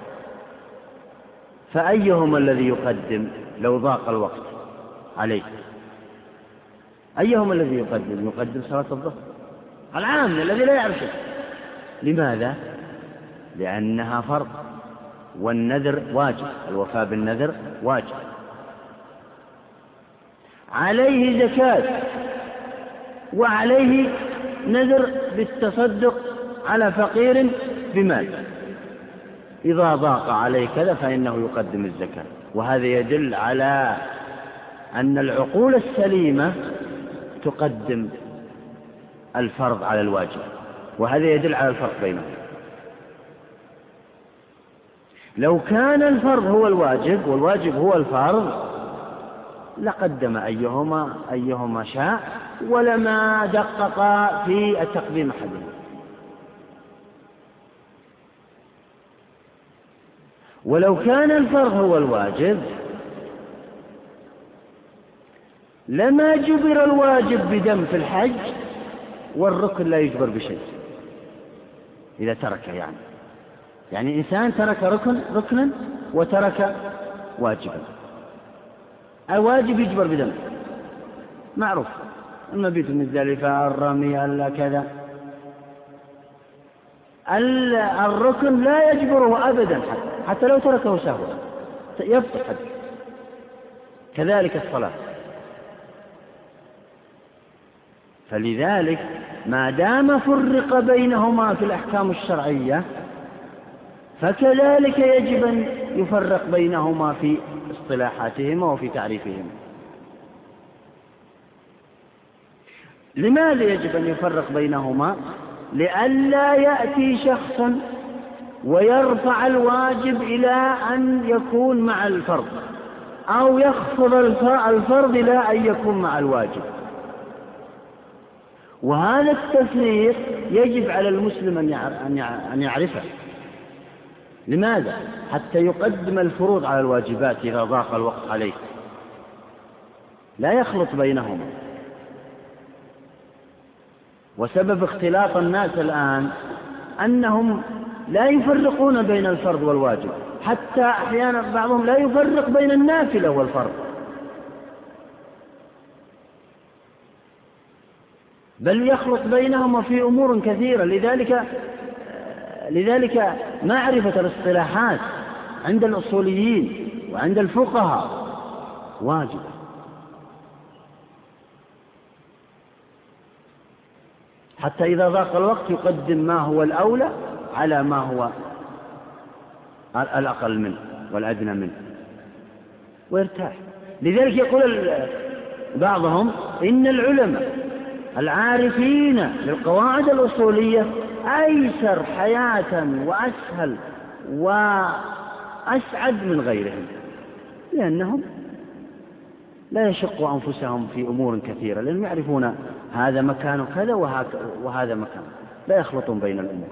فأيهما الذي يقدم لو ضاق الوقت عليه؟ أيهما الذي يقدم؟ يقدم صلاة الظهر، العام الذي لا يعرف شيء. لماذا؟ لأنها فرض والنذر واجب، الوفاء بالنذر واجب. عليه زكاة وعليه نذر بالتصدق على فقير بمال، إذا ضاق عليه كذا فإنه يقدم الزكاة. وهذا يدل على أن العقول السليمة تقدم الفرض على الواجب، وهذا يدل على الفرق بينهم. لو كان الفرض هو الواجب والواجب هو الفرض لقدم أيهما أيهما شاء ولما دقق في التقديم أحدهما. ولو كان الفرض هو الواجب لما جبر الواجب بدم في الحج، والركن لا يجبر بشيء إذا تركه. يعني يعني إنسان ترك ركن ركنا وترك واجبا، الواجب يجبر بدم معروف، المبيت من مزدلفة، الرمي، ألا كذا، الركن لا يجبره أبدا حتى لو تركه سهوا يفتح. كذلك الصلاة. فلذلك ما دام فرق بينهما في الأحكام الشرعية فكذلك يجب أن يفرق بينهما في اصطلاحاتهما وفي تعريفهما. لماذا يجب أن يفرق بينهما؟ لئلا يأتي شخصا ويرفع الواجب إلى أن يكون مع الفرض، أو يخفض الفرض إلى أن يكون مع الواجب. وهذا التفريق يجب على المسلم أن يعرفه. لماذا؟ حتى يقدم الفروض على الواجبات إذا ضاق الوقت عليه، لا يخلط بينهما. وسبب اختلاط الناس الآن أنهم لا يفرقون بين الفرض والواجب، حتى أحيانا بعضهم لا يفرق بين النافلة والفرض، بل يخلط بينهما في أمور كثيرة. لذلك لذلك معرفة الاصطلاحات عند الأصوليين وعند الفقهاء واجب. حتى إذا ضاق الوقت يقدم ما هو الأولى على ما هو الأقل منه والأدنى منه ويرتاح. لذلك يقول بعضهم إن العلماء العارفين للقواعد الأصولية أيسر حياة وأسهل وأسعد من غيرهم، لأنهم لا يشقوا أنفسهم في أمور كثيرة، لأنهم يعرفون هذا مكان كذا وهذا مكان، لا يخلطون بين الأمور.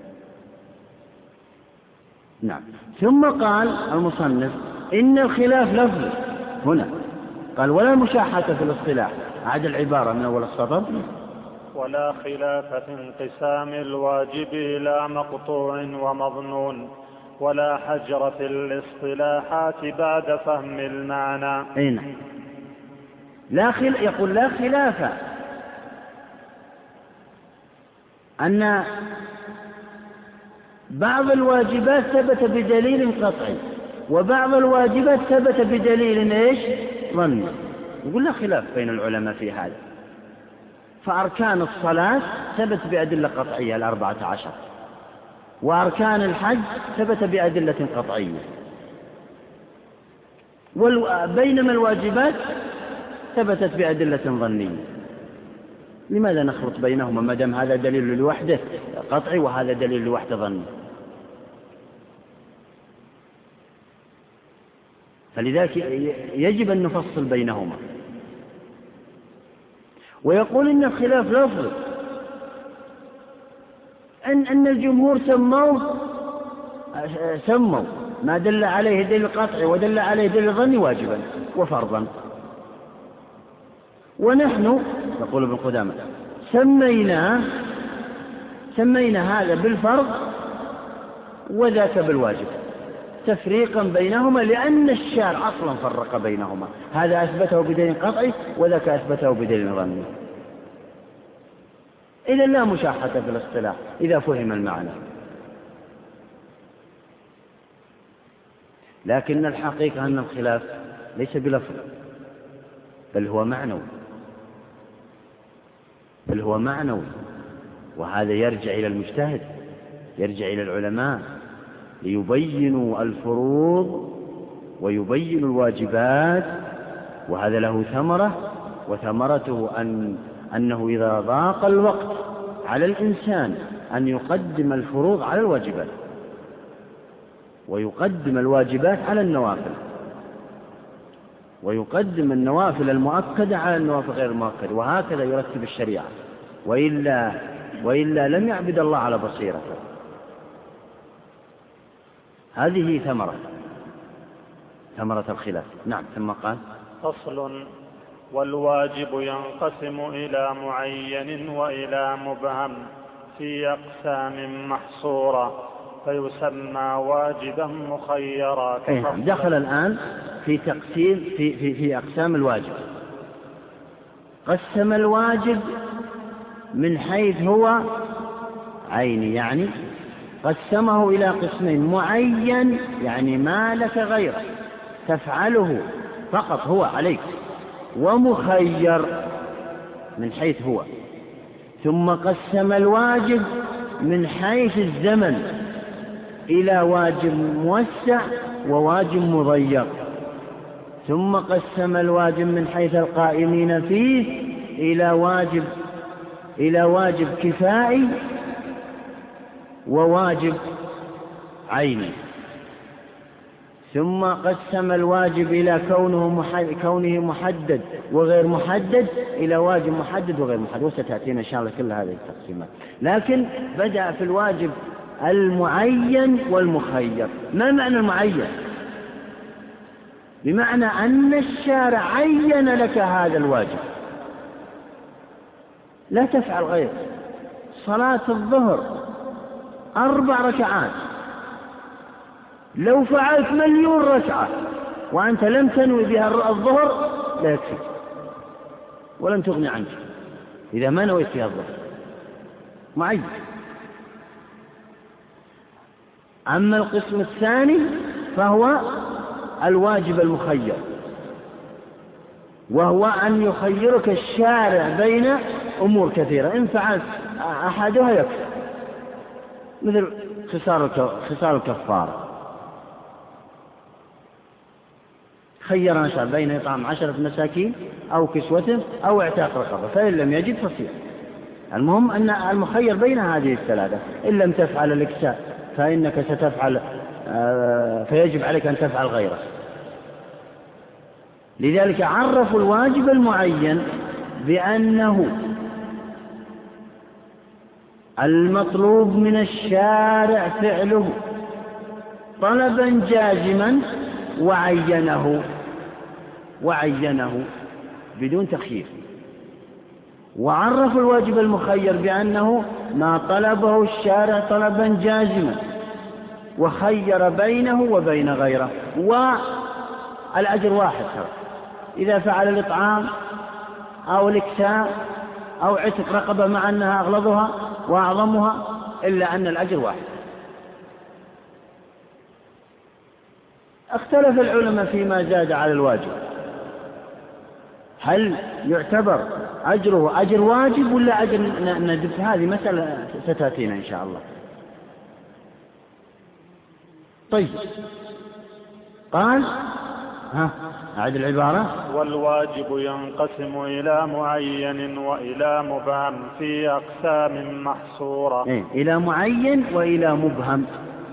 نعم. ثم قال المصنف إن الخلاف لفظ هنا، قال ولا مشاحة في الاصطلاح، عاد العبارة من أول السطر. ولا خلاف في انقسام الواجب إلى مقطوع ومظنون، ولا حجر في الاصطلاحات بعد فهم المعنى. أين لا خل... يقول لا خلاف أن بعض الواجبات ثبت بدليل قطعي، وبعض الواجبات ثبت بدليل إيش؟ ظني. يقول لا خلاف بين العلماء في هذا. فأركان الصلاة ثبت بأدلة قطعية الأربعة عشر، وأركان الحج ثبت بأدلة قطعية، بينما الواجبات ثبتت بأدلة ظنية. لماذا نخلط بينهما ما دام هذا دليل لوحده قطعي وهذا دليل لوحده ظني؟ فلذلك يجب أن نفصل بينهما. ويقول إن الخلاف لفظ، أن أن الجمهور سموا سموا ما دل عليه دليل قطعي ودل عليه دليل ظني واجبا وفرضا، ونحن نقول ابن قدامة سمينا سمينا هذا بالفرض وذاك بالواجب تفريقا بينهما، لأن الشارع أصلا فرق بينهما، هذا أثبته بدليل قطعي وذاك أثبته بدليل ظني. إذا لا مشاحة في الاصطلاح إذا فهم المعنى. لكن الحقيقة أن الخلاف ليس بلفظ، بل هو معنوي، بل هو معنوي وهذا يرجع إلى المجتهد، يرجع إلى العلماء ليبينوا الفروض ويبينوا الواجبات، وهذا له ثمرة، وثمرته أن أنه إذا ضاق الوقت على الإنسان أن يقدم الفروض على الواجبات، ويقدم الواجبات على النوافل، ويقدم النوافل المؤكدة على النوافل غير المؤكدة، وهكذا يرتب الشريعة، وإلا, وإلا لم يعبد الله على بصيرة. هذه ثمرة ثمرة الخلاف. نعم. ثم قال فصل: والواجب ينقسم إلى معين وإلى مبهم في أقسام محصورة، فيسمى واجبا مخيرا. دخل الآن في تقسيم في, في, في أقسام الواجب. قسم الواجب من حيث هو عيني، يعني قسمه إلى قسمين: معين يعني ما لك غيره تفعله فقط هو عليك، ومخير من حيث هو. ثم قسم الواجب من حيث الزمن إلى واجب موسع وواجب مضيق. ثم قسم الواجب من حيث القائمين فيه إلى واجب إلى واجب كفائي وواجب عيني. ثم قسم الواجب إلى كونه كونه محدد وغير محدد إلى واجب محدد وغير محدد، وستأتينا إن شاء الله كل هذه التقسيمات. لكن بدأ في الواجب المعين والمخير. ما معنى المعين؟ بمعنى أن الشارع عين لك هذا الواجب، لا تفعل غيره. صلاة الظهر أربع ركعات، لو فعلت مليون ركعة وأنت لم تنوي بها الظهر لا يكفي ولن تغني عنك إذا ما نويت فيها الظهر. معين. أما القسم الثاني فهو الواجب المخير، وهو أن يخيرك الشارع بين أمور كثيرة، إن فعلت أحدها يكفي، مثل خسار الكفارة. خيرنا الشارع بين إطعام عشرة مساكين أو كسوتهم أو اعتاق رقبة، فإن لم يجد فصيام. المهم أن المخير بين هذه الثلاثة. إن لم تفعل الإكساء فإنك ستفعل فيجب عليك أن تفعل غيره. لذلك عرفوا الواجب المعين بأنه المطلوب من الشارع فعله طلبا جازما وعينه وعينه بدون تخيير. وعرفوا الواجب المخير بأنه ما طلبه الشارع طلبا جازما وخير بينه وبين غيره، والأجر واحد. إذا فعل الإطعام أو الإكساء أو عتق رقبة مع أنها أغلظها وأعظمها، إلا أن الأجر واحد. اختلف العلماء فيما زاد على الواجب، هل يعتبر أجره أجر واجب ولا أجر ندب؟ هذه مسألة ستأتينا إن شاء الله. طيب، قال ها أعد العبارة: والواجب ينقسم إلى معين وإلى مبهم في أقسام محصورة. إيه؟ إلى معين وإلى مبهم.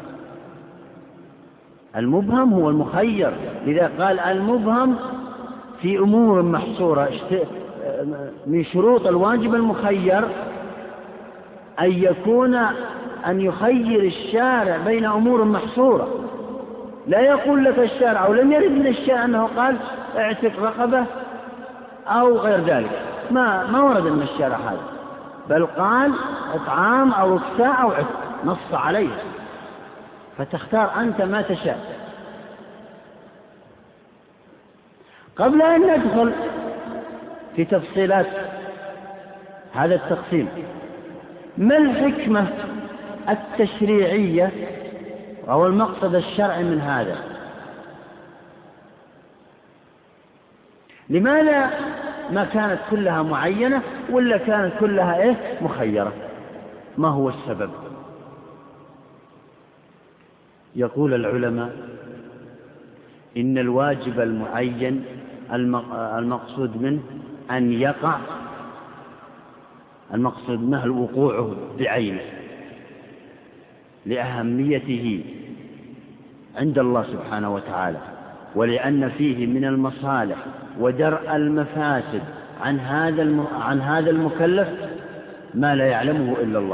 المبهم هو المخير، لذا قال المبهم في أمور محصورة. من شروط الواجب المخير أن يكون أن يخير الشارع بين أمور محصورة. لا يقول لك الشارع أو لم يرد من الشارع أنه قال اعتق رقبة أو غير ذلك، ما ما ورد من الشارع هذا، بل قال إطعام أو إكساء أو عتق، نص عليه، فتختار أنت ما تشاء. قبل أن ندخل في تفصيلات هذا التقسيم، ما الحكمة التشريعية أو المقصد الشرعي من هذا؟ لماذا ما كانت كلها معينة ولا كانت كلها إيه مخيرة؟ ما هو السبب؟ يقول العلماء إن الواجب المعين المقصود منه أن يقع، المقصود منه وقوعه بعينه لأهميته عند الله سبحانه وتعالى، ولأن فيه من المصالح ودرء المفاسد عن هذا عن هذا المكلف ما لا يعلمه إلا الله.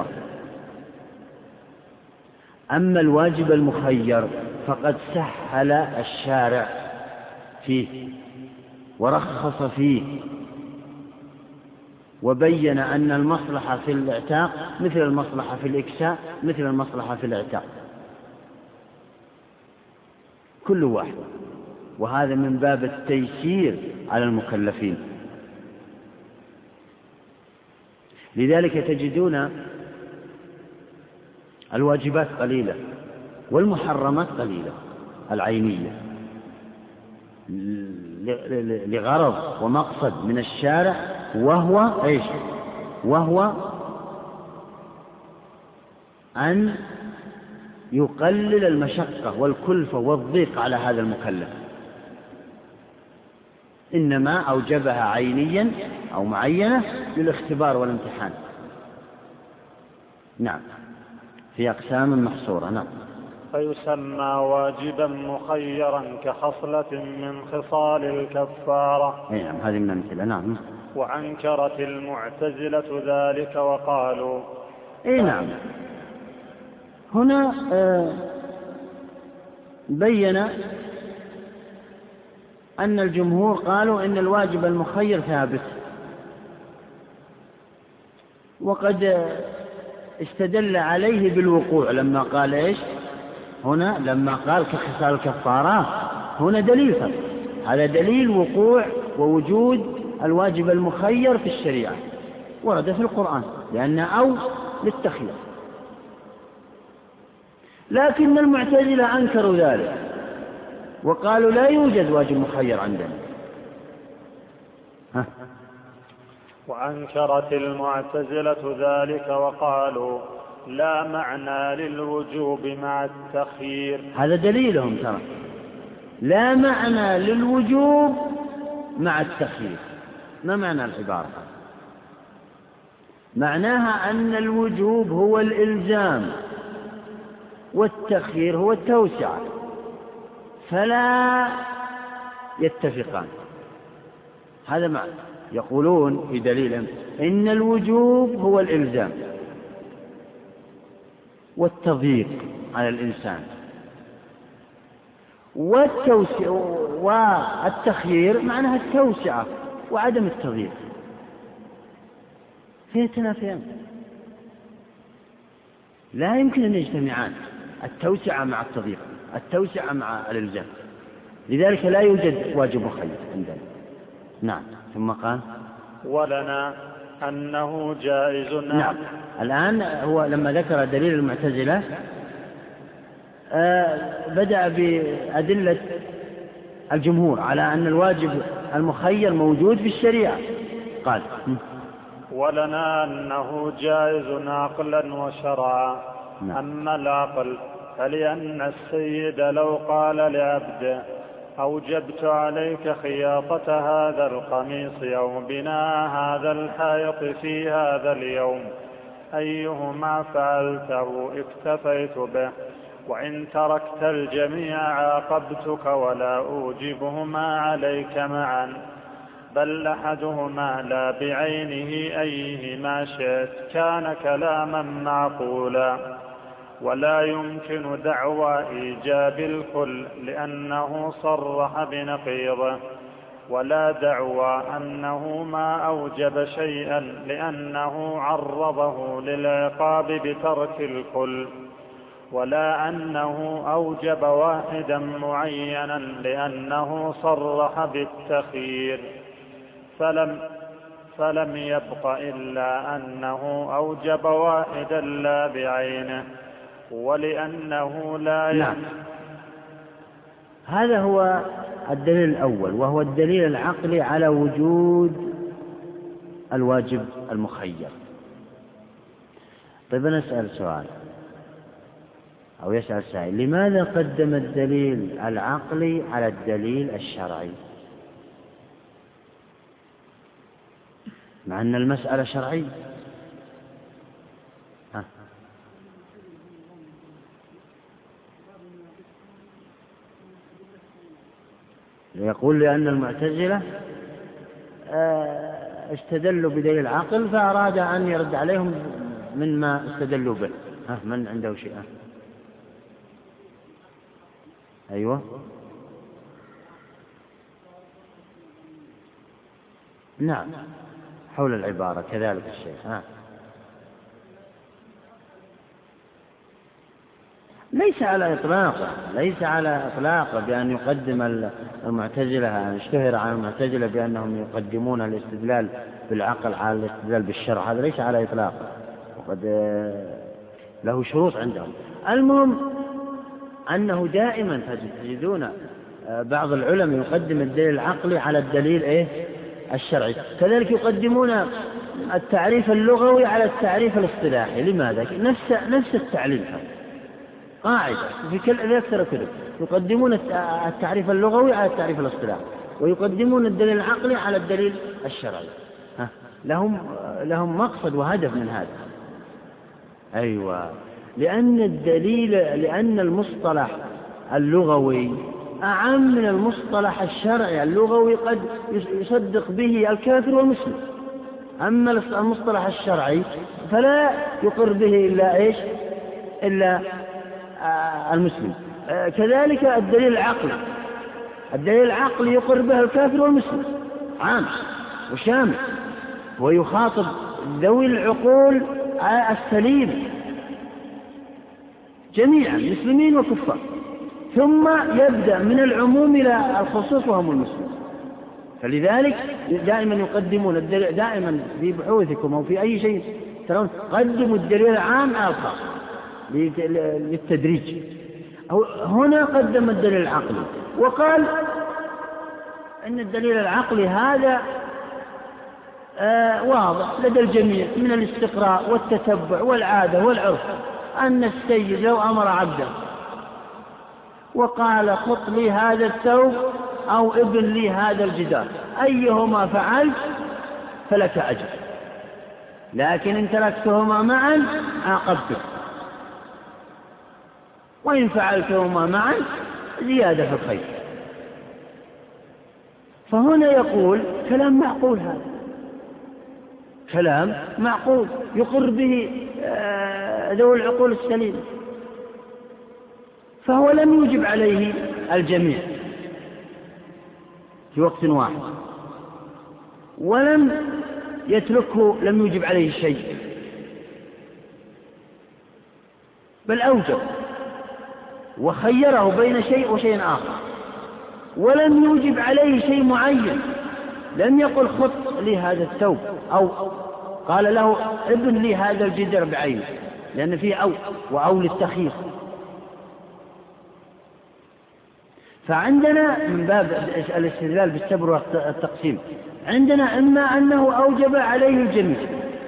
أما الواجب المخير فقد سهل الشارع فيه ورخص فيه، وبين أن المصلحة في الاعتاق مثل المصلحة في الإكساء مثل المصلحة في الاعتاق، كل واحد، وهذا من باب التيسير على المكلفين. لذلك تجدون الواجبات قليلة والمحرمات قليلة العينية لغرض ومقصد من الشارع، وهو إيش؟ وهو أن يقلل المشقة والكلفة والضيق على هذا المكلف، إنما أوجبها عينيا أو معينة للاختبار والامتحان. نعم، في أقسام محصورة. نعم. فيسمى واجبا مخيرا كخصلة من خصال الكفارة. نعم، هذه من الأمثلة. نعم. وأنكرت المعتزلة ذلك وقالوا. إيه نعم. هنا آه بين أن الجمهور قالوا إن الواجب المخير ثابت، وقد استدل عليه بالوقوع لما قال إيش هنا، لما قال كخصال الكفارات، هنا دليل فرق. هذا دليل وقوع ووجود الواجب المخير في الشريعة، ورد في القرآن، لأن أو للتخيير. لكن المعتزلة أنكروا ذلك وقالوا لا يوجد واجب مخير عندنا. ها. وأنكرت المعتزلة ذلك وقالوا لا معنى للوجوب مع التخيير. هذا دليلهم ترى، لا معنى للوجوب مع التخيير. ما معنى العبارة؟ معناها أن الوجوب هو الإلزام والتخيير هو التوسعة، فلا يتفقان. هذا معنى. يقولون في دليلهم إن الوجوب هو الإلزام والتضييق على الإنسان، والتخيير معناها التوسعة وعدم التضييق. فيه تنافيان لا يمكن أن يجتمعان، التوسعة مع التضييق، التوسعة مع الإلزام. لذلك لا يوجد واجب مخير عندنا. نعم. ثم قال ولنا أنه جائز. نعم. الآن هو لما ذكر دليل المعتزلة آه بدأ بأدلة الجمهور على أن الواجب المخير موجود في الشريعة. قال ولنا أنه جائز عقلا وشرعا. نعم. أما العقل فلأن السيد لو قال لعبد أوجبت عليك خياطة هذا القميص أو بناء هذا الحائط في هذا اليوم، أيهما فعلته اكتفيت به، وإن تركت الجميع عاقبتك ولا أوجبهما عليك معا، بل أحدهما لا بعينه أيهما شئت كان كلاما معقولا. ولا يمكن دعوى إيجاب الكل لأنه صرح بنقيضه، ولا دعوى أنه ما أوجب شيئا لأنه عرضه للعقاب بترك الكل، ولا أنه أوجب واحدا معينا لأنه صرح بالتخيير، فلم فلم يبق إلا أنه أوجب واحدا لا بعينه، ولأنه لا نعم. هذا هو الدليل الأول، وهو الدليل العقلي على وجود الواجب المخير. طيب نسأل سؤال، أو يسأل سائل: لماذا قدم الدليل العقلي على الدليل الشرعي مع أن المسألة شرعية؟ ها. يقول لأن المعتزلة استدلوا بدليل العقل فأراد أن يرد عليهم من ما استدلوا به. ها، من عنده شيء؟ أيوة. نعم، حول العبارة كذلك الشيخ. ها. ليس على إطلاقه، ليس على إطلاقه بأن يقدم المعتزلة، اشتهر عن المعتزلة بأنهم يقدمون الاستدلال بالعقل على الاستدلال بالشرع، هذا ليس على إطلاقه. وقد له شروط عندهم. المهم أنه دائما تجدون بعض العلماء يقدم الدليل العقلي على الدليل إيه؟ الشرعي، كذلك يقدمون التعريف اللغوي على التعريف الاصطلاحي. لماذا؟ نفس نفس التعليل، قاعدة في كل أكثر كتب يقدمون التعريف اللغوي على التعريف الاصطلاحي، ويقدمون الدليل العقلي على الدليل الشرعي. ها؟ لهم لهم مقصد وهدف من هذا. أيوة، لأن الدليل لأن المصطلح اللغوي أعم من المصطلح الشرعي. اللغوي قد يصدق به الكافر والمسلم، أما المصطلح الشرعي فلا يقر به إلا إيش؟ إلا المسلم. كذلك الدليل العقلي، الدليل العقلي يقر به الكافر والمسلم، عام وشامل، ويخاطب ذوي العقول السليمة جميعا، مسلمين وكفار، ثم يبدأ من العموم إلى الخصوص وهم المسلمين. فلذلك دائما يقدمون الدليل، دائما في بحوثكم أو في أي شيء ترون قدموا الدليل العام على الخاص للتدريج. هنا قدم الدليل العقلي وقال أن الدليل العقلي هذا آه واضح لدى الجميع من الاستقراء والتتبع والعادة والعرف، أن السيد لو أمر عبده وقال خط لي هذا الثوب أو ابن لي هذا الجدار، أيهما فعلت فلك أجر، لكن إن تركتهما معا عاقبتك، وإن فعلتهما معا زيادة في الخير. فهنا يقول كلام معقول، هذا كلام معقول يقر به ذوي العقول السليمة، فهو لم يوجب عليه الجميع في وقت واحد، ولم يتركه، لم يوجب عليه شيء، بل أوجب وخيره بين شيء وشيء آخر، ولم يوجب عليه شيء معين. لم يقل خط لي هذا الثوب، أو قال له ابن لي هذا الجدر بعينه، لأن فيه أو وأو للتخيير. فعندنا من باب الاستدلال بالسبر والتقسيم، عندنا إما أنه أوجب عليه الجميع،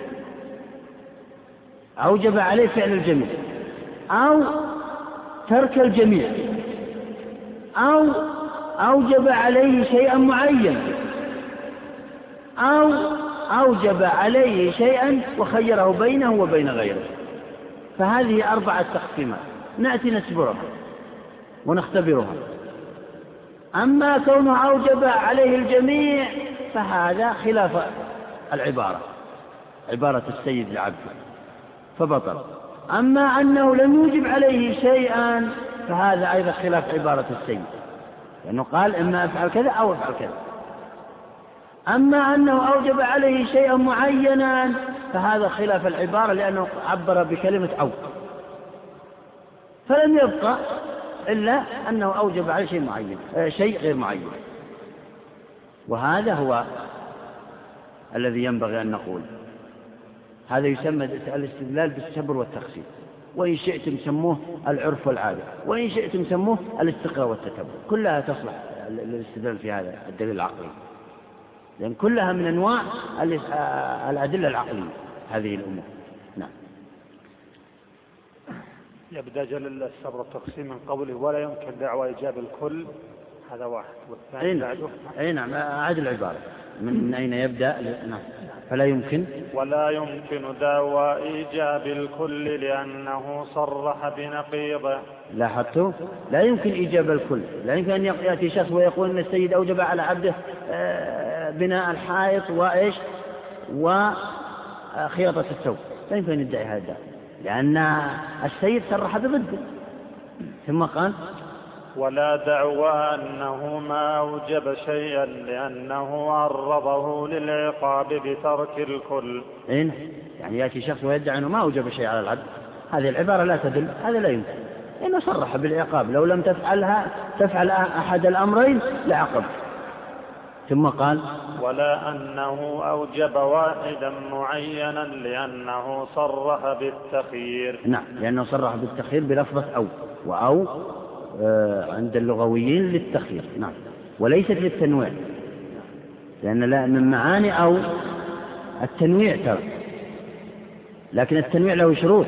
أوجب عليه فعل الجميع، أو ترك الجميع، أو أوجب عليه شيئا معين، أو أوجب عليه شيئا وخيره بينه وبين غيره. فهذه أربعة تقسيمات نأتي نسبرها ونختبرها. أما كونه أوجب عليه الجميع فهذا خلاف العبارة، عبارة السيد لعبده، فبطل. أما أنه لم يوجب عليه شيئا فهذا أيضا خلاف عبارة السيد، لأنه قال إما أفعل كذا أو أفعل كذا. أما أنه أوجب عليه شيئا معينا فهذا خلاف العبارة، لأنه عبر بكلمة أو، فلم يبقى إلا أنه أوجب عليه شيء معين، شيء غير معين. وهذا هو الذي ينبغي أن نقول، هذا يسمى الاستدلال بالسبر والتقسيم، وإن شئتم سموه العرف والعادة، وإن شئتم سموه الاستقراء والتتبع، كلها تصلح للاستدلال في هذا الدليل العقلي، لأن كلها من أنواع الأدلة العقلية هذه الأمور. نعم. يبدأ جل السبر والتقسيم من قوله ولا يمكن دعوى إيجاب الكل، هذا واحد. والثاني بعده أي نعم أعد العبارة من, من أين يبدأ. نعم. فلا يمكن ولا يمكن دعوى إيجاب الكل لأنه صرح بنقيضه. لاحظتوا؟ لا يمكن إيجاب الكل، لا يمكن أن يأتي شخص ويقول أن السيد أوجب على عبده بناء الحائط وإيش وخياطة الثوب، لا يمكن أن يدعي هذا، لأن السيد صرح بضده. ثم قال ولا دعوى أنه ما أوجب شيئا لأنه عرضه للعقاب بترك الكل. إن يعني يأتي شخص ويدعي أنه ما أوجب شيء على العبد، هذه العبارة لا تدل، هذا لا يمكن، لأنه صرح بالعقاب، لو لم تفعلها تفعل أحد الأمرين لعقب. ثم قال ولا أنه أوجب واحدا معينا لأنه صرح بالتخيير. نعم، لأنه صرح بالتخيير بلفظة أو، وأو آه عند اللغويين للتخيير. نعم، وليست للتنويع، لأن لا من معاني أو التنويع ترى، لكن التنويع له شروط،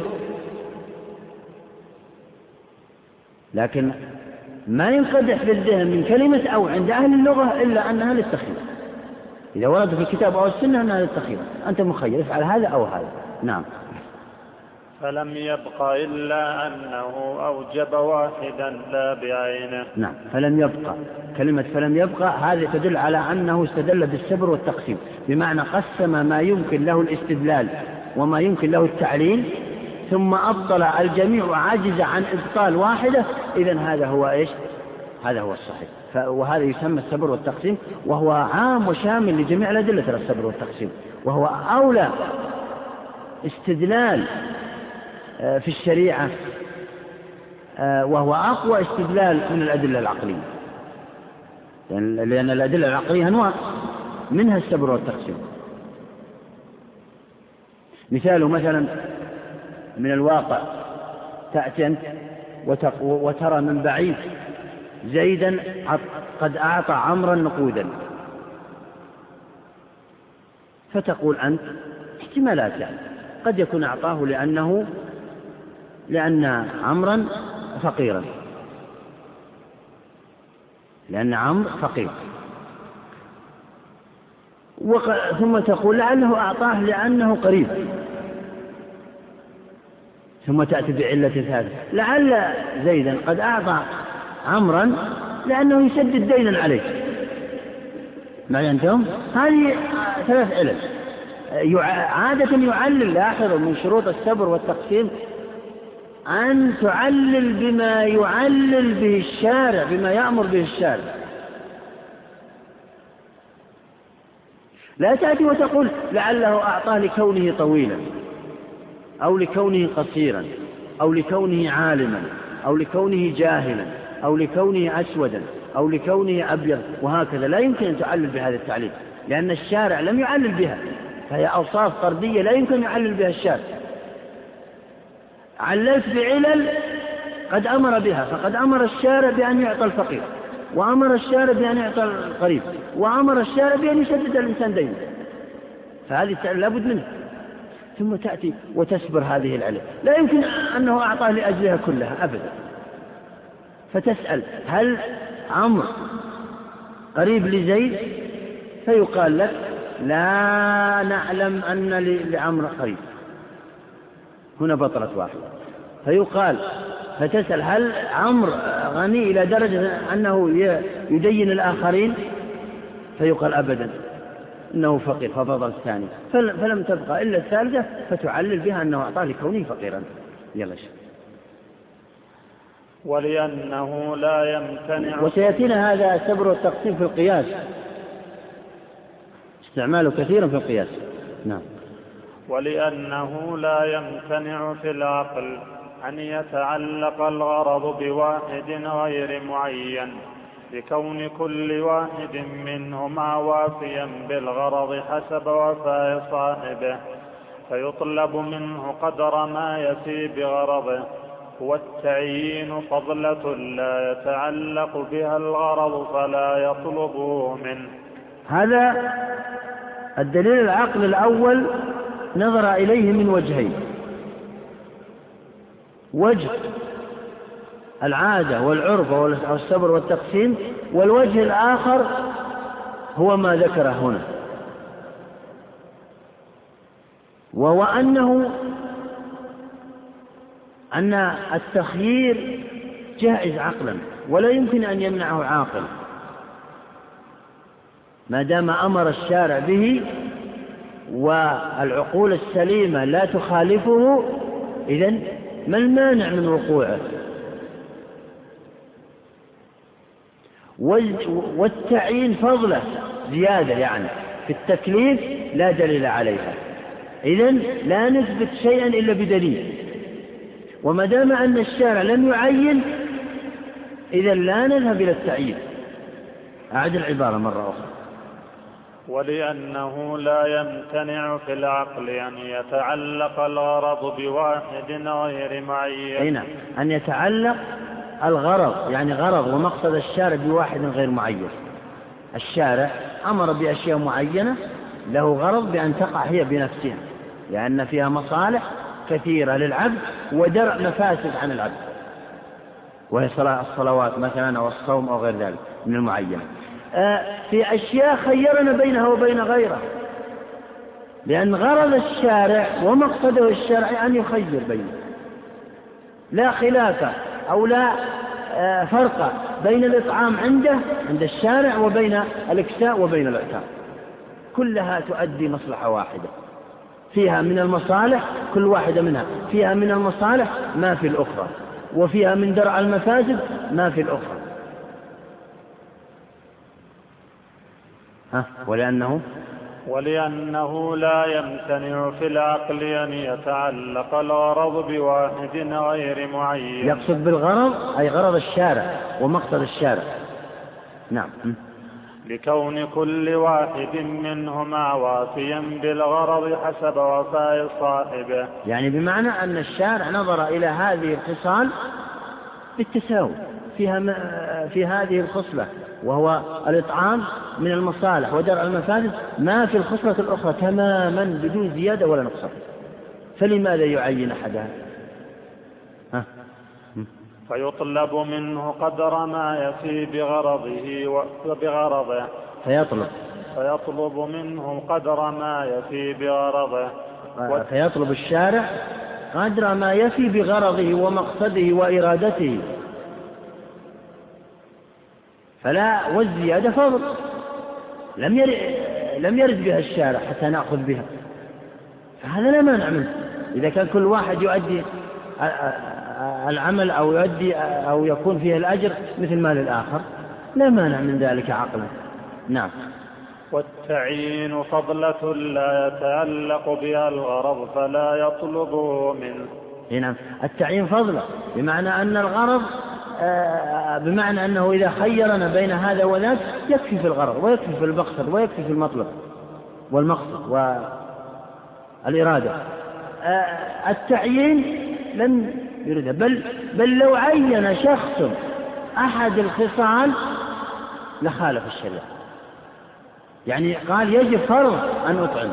لكن ما ينقدح بالذهن من كلمة أو عند أهل اللغة إلا أنها للتخيير. إذا ورد في الكتاب أو السنة أنها للتخيير، أنت مخير افعل هذا أو هذا. نعم. فلم يبق إلا أنه أوجب واحدا لا بعينه. نعم، فلم يبقى، كلمة فلم يبقى هذه تدل على أنه استدل بالسبر والتقسيم، بمعنى قسم ما يمكن له الاستدلال وما يمكن له التعليل ثم أبطل الجميع وعجز عن إبطال واحدة. إذن هذا هو إيش؟ هذا هو الصحيح. وهذا يسمى السبر والتقسيم، وهو عام وشامل لجميع الأدلة السبر والتقسيم، وهو أولى استدلال في الشريعة، وهو أقوى استدلال من الأدلة العقلية، لأن الأدلة العقلية أنواع منها السبر والتقسيم. مثاله مثلا من الواقع، تأتي أنت وترى من بعيد زيدا قد أعطى عمرا نقودا، فتقول أنت احتمالات، يعني قد يكون أعطاه لأنه لأن عمرا فقيرا، لأن عمرو فقير، ثم تقول لعله أعطاه لأنه قريب، ثم تأتي بعلة ثالثة، لعل زيدا قد أعطى عمرا لأنه يسدد دينا عليه. ما أنتم؟ هذه ثلاث علل. عادة يعلل، لاحظوا من شروط السبر والتقسيم أن تعلل بما يعلل به الشارع، بما يأمر به الشارع. لا تأتي وتقول لعله أعطاه لكونه طويلا أو لكونه قصيرا أو لكونه عالما أو لكونه جاهلا أو لكونه أسودا أو لكونه أبيض، وهكذا. لا يمكن أن تعلل بهذا التعليل، لأن الشارع لم يعلل بها، فهي أوصاف فردية لا يمكن أن يعلل بها الشارع. عللت بعلل قد أمر بها، فقد أمر الشارع بأن يعطى الفقير، وأمر الشارع بأن يعطى القريب، وأمر الشارع بأن يسدد الإنسان دينه، فهذه لا بد منه. ثم تأتي وتسبر هذه العلل، لا يمكن أنه أعطاه لأجلها كلها أبدا. فتسأل هل عمرو قريب لزيد؟ فيقال لك لا نعلم أن لعمرو قريب، هنا بطلت واحدة. فيقال فتسأل هل عمرو غني إلى درجة أنه يدين الآخرين؟ فيقال أبدا إنه فقير، فبطل الثاني، فلم تبقى إلا الثالثة فتعلل بها أنه أعطاه لكونه فقيرا. يلا شيء. ولأنه لا يمتنع، وسيأتينا هذا السبر والتقسيم في القياس، استعماله كثيرا في القياس. نعم. ولأنه لا يمتنع في العقل أن يتعلق الغرض بواحد غير معين، لكون كل واحد منهما وافيا بالغرض حسب وفاء صاحبه، فيطلب منه قدر ما يفي بغرضه. والتعيين فضلة لا يتعلق بها الغرض فلا يطلبه منه. هذا الدليل العقل الأول نظر إليه من وجهين: وجه العادة والعرف والسبر والتقسيم، والوجه الآخر هو ما ذكره هنا، وهو أنه أن التخيير جائز عقلا ولا يمكن أن يمنعه عاقل ما دام أمر الشارع به والعقول السليمة لا تخالفه. إذن ما المانع من وقوعه؟ والتعيين فضله زيادة يعني في التكليف لا دليل عليها، إذن لا نثبت شيئا إلا بدليل. وما دام أن الشارع لم يعين إذن لا نذهب إلى التعيين. أعد العبارة مرة أخرى: ولأنه لا يمتنع في العقل أن يتعلق الغرض بواحد غير معين. هنا أن يتعلق الغرض، يعني غرض ومقصد الشارع بواحد غير معين. الشارع أمر بأشياء معينة له غرض بأن تقع هي بنفسها، لأن فيها مصالح كثيرة للعبد ودرء مفاسد عن العبد، وهي الصلوات مثلا أو الصوم أو غير ذلك من المعينة. في أشياء خيرنا بينها وبين غيرها، لأن غرض الشارع ومقصده الشرعي أن يخير بينه، لا خلاف أو لا فرق بين الإطعام عنده عند الشارع وبين الإكساء وبين الإعتاق، كلها تؤدي مصلحة واحدة، فيها من المصالح كل واحدة منها فيها من المصالح ما في الأخرى، وفيها من درء المفاسد ما في الأخرى. ها ولأنه ولأنه لا يمتنع في العقل أن يتعلق الغرض بواحد غير معين. يقصد بالغرض أي غرض الشارع ومقصد الشارع. نعم. لكون كل واحد منهما وافيا بالغرض حسب وفاء صاحبه، يعني بمعنى أن الشارع نظر إلى هذه الخصال بالتساوي فيها في هذه الخصلة، وهو الإطعام من المصالح ودرء المفاسد ما في الخصلة الأخرى تماما بدون زيادة ولا نقصان، فلماذا يعين أحدها؟ ها؟ فيطلب منه قدر ما يفي بغرضه وبغرضه فيطلب فيطلب منه قدر ما يفي بغرضه فيطلب الشارع قدر ما يفي بغرضه ومقصده وإرادته، فلا والزيادة فضل لم يرد لم يرد بها الشارع حتى نأخذ بها، فهذا لا مانع منه. إذا كان كل واحد يؤدي العمل أو يؤدي أو يكون فيه الأجر مثل ما للآخر لا مانع من ذلك عقلا. نعم. والتعيين فضلة لا يتعلق بها الغرض فلا يطلبه منه. نعم، التعيين فضلة بمعنى أن الغرض بمعنى أنه إذا خيرنا بين هذا وذاك يكفي في الغرض ويكفي في المقصد ويكفي في المطلب والمقصد والإرادة. التعيين لم يريده، بل, بل لو عين شخص أحد الخصال لخالف الشريعة، يعني قال يجب فرض أن أطعم،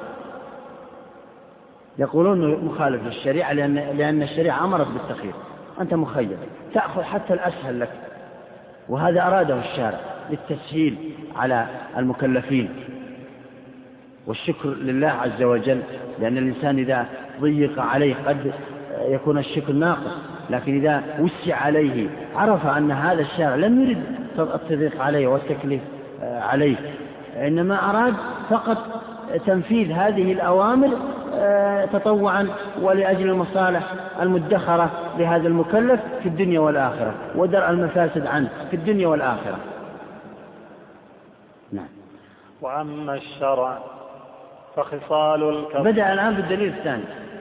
يقولون مخالف للشريعة لأن, لأن الشريعة أمرت بالتخيير، أنت مخير تأخذ حتى الأسهل لك، وهذا أراده الشارع للتسهيل على المكلفين والشكر لله عز وجل، لأن الإنسان إذا ضيق عليه قد يكون الشكر ناقص، لكن إذا وسع عليه عرف أن هذا الشارع لم يرد التضييق عليه والتكليف عليه، إنما أراد فقط تنفيذ هذه الأوامر تطوعا ولأجل المصالح المدخرة لهذا المكلف في الدنيا والآخرة ودرء المفاسد عنه في الدنيا والآخرة. نعم. وأما الشرع فخصال الكفر. بدأ الآن بالدليل الثاني،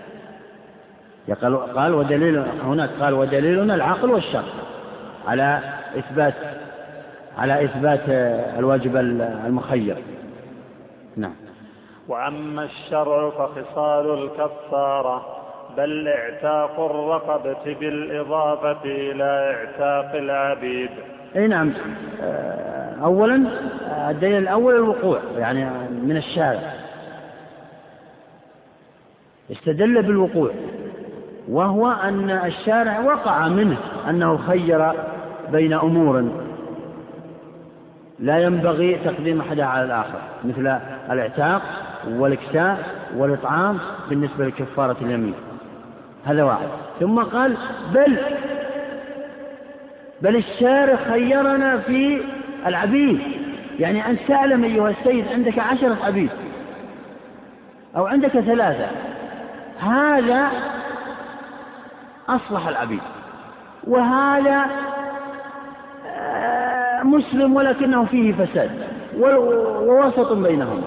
يقال قال ودليل هناك قال ودليلنا العقل والشرع على إثبات على إثبات الواجب المخير. نعم. وأما الشرع فخصال الكفارة بل اعتاق الرقبة بالإضافة إلى اعتاق العبيد. أي نعم. أولا الدليل الأول الوقوع يعني من الشارع، استدل بالوقوع، وهو أن الشارع وقع منه أنه خير بين أمور لا ينبغي تقديم أحدها على الآخر، مثل الاعتاق والإكساء والإطعام بالنسبة لكفارة اليمين، هذا واحد. ثم قال بل بل الشارع خيرنا في العبيد، يعني أن تعلم أيها السيد عندك عشرة عبيد أو عندك ثلاثة، هذا أصلح العبيد، وهذا مسلم ولكنه فيه فساد ووسط بينهم،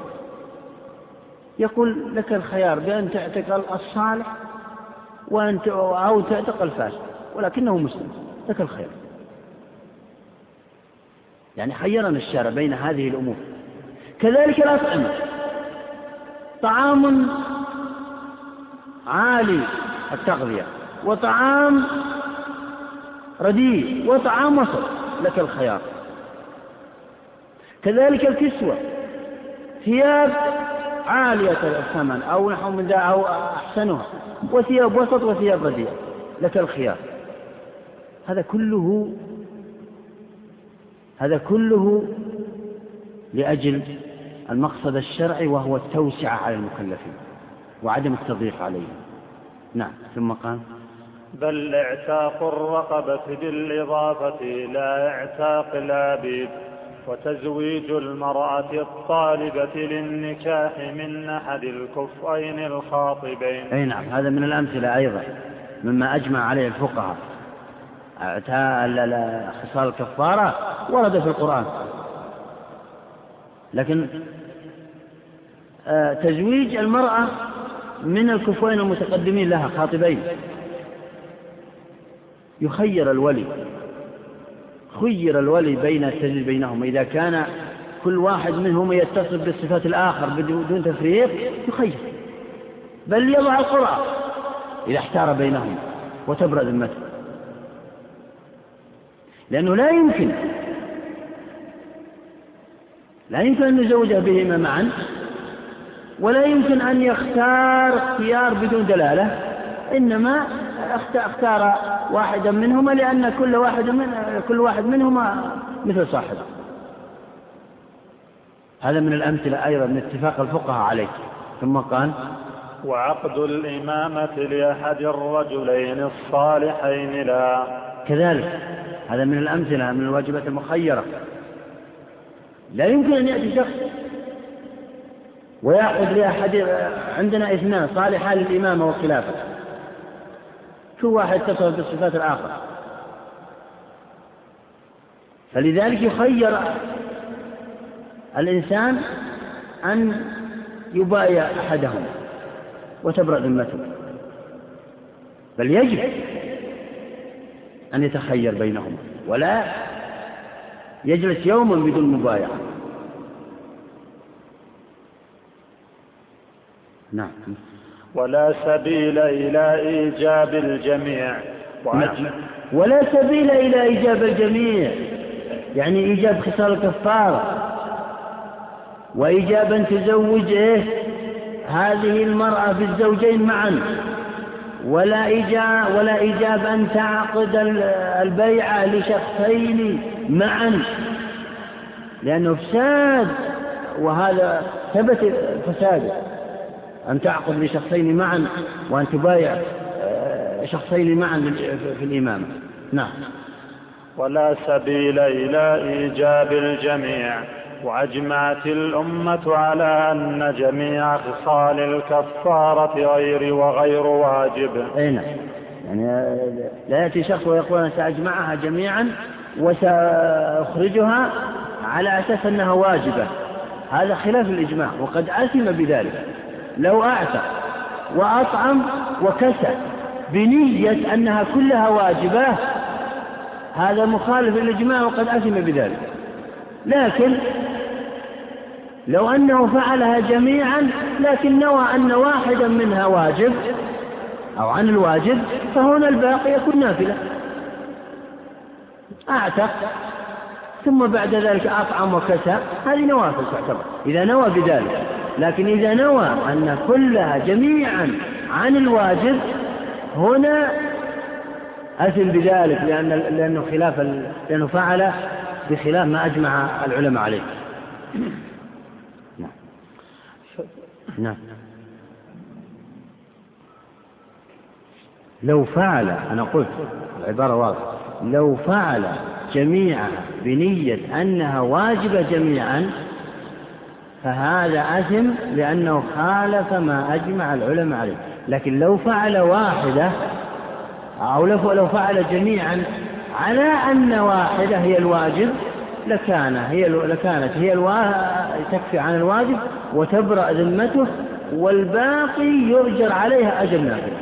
يقول لك الخيار بأن تعتق الصالح وأن أو تعتق الفاسد ولكنه مسلم، لك الخيار. يعني خيرنا الشارع بين هذه الأمور، كذلك الأطعمة، طعام عالي التغذية وطعام رديء وطعام وسط، لك الخيار. كذلك الكسوة، ثياب عالية الثمن أو نحو من ذا أو أحسنها، وثياب وسط وثياب رديء، لك الخيار. هذا كله هذا كله لأجل المقصد الشرعي، وهو التوسعة على المكلفين وعدم التضييق عليهم. نعم. ثم قال: بل اعتاق الرقبة بالإضافة لا اعتاق العبيد، وتزويج المرأة الطالبة للنكاح من أحد الكفئين الخاطبين. أي نعم، هذا من الأمثلة أيضا مما أجمع عليه الفقهاء. خصال الكفارة ورد في القرآن، لكن تزويج المرأة من الكفئين المتقدمين لها خاطبين، يخير الولي خير الولي بين التزويج بينهم، إذا كان كل واحد منهم يتصف بالصفات الآخر بدون تفريق يخير، بل يضع القرعة إذا احتار بينهم وتبرأ ذمته، لأنه لا يمكن لا يمكن أن نزوجه بهما معا، ولا يمكن أن يختار اختيار بدون دلالة، إنما اختار واحدا منهما لأن كل واحد من كل واحد منهما مثل صاحبه. هذا من الأمثلة أيضا من اتفاق الفقهاء عليه. ثم قال: وعقد الإمامة لأحد الرجلين الصالحين لا. كذلك هذا من الأمثلة من الواجبات المخيرة. لا يمكن أن يأتي شخص ويأخذ لأحد، عندنا اثنان صالحان للإمامة والخلافة، كل واحد يتصف بالصفات الآخر، فلذلك يخير الإنسان أن يبايع أحدهم وتبرأ ذمته، بل يجب أن يتخير بينهما ولا يجلس يوما بدون مبايعة. نعم. ولا سبيل إلى إيجاب الجميع. نعم. ولا سبيل إلى إيجاب الجميع، يعني إيجاب خصال الكفارة، وإيجاب أن تزوج إيه هذه المرأة بالزوجين معا، ولا إيجاب ولا إيجاب أن تعقد البيعة لشخصين معا، لأنه فساد، وهذا ثبت فساد أن تعقد لشخصين معا وأن تبايع شخصين معا في الإمامة. نعم. ولا سبيل إلى إيجاب الجميع. وأجمعت الأمة على أن جميع خصال الكفارة غير وغير واجب. أي نعم، يعني لا يأتي شخص ويقول أنا سأجمعها جميعا وسأخرجها على أساس أنها واجبة، هذا خلاف الإجماع، وقد أثم بذلك. لو أعتق وأطعم وكسى بنية أنها كلها واجبة، هذا مخالف للإجماع وقد أثم بذلك. لكن لو أنه فعلها جميعا لكن نوى أن واحدا منها واجب أو عن الواجب، فهنا الباقي يكون نافلة. أعتق ثم بعد ذلك أطعم وكسى، هذه نوافل تعتبر إذا نوى بذلك. لكن إذا نوى أن كلها جميعا عن الواجب، هنا أثم بذلك، لأن لأنه خلاف لأنه فعل بخلاف ما أجمع العلماء عليه. نعم. نعم. لو فعل، أنا قلت العبارة واضحة، لو فعل جميعها بنية أنها واجبة جميعا فهذا أثم، لأنه خالف ما أجمع العلماء عليه. لكن لو فعل واحدة أو لو فعل جميعا على أن واحدة هي الواجب لكان هي لكانت هي الوا... تكفي عن الواجب وتبرأ ذمته، والباقي يؤجر عليها أجر نافل.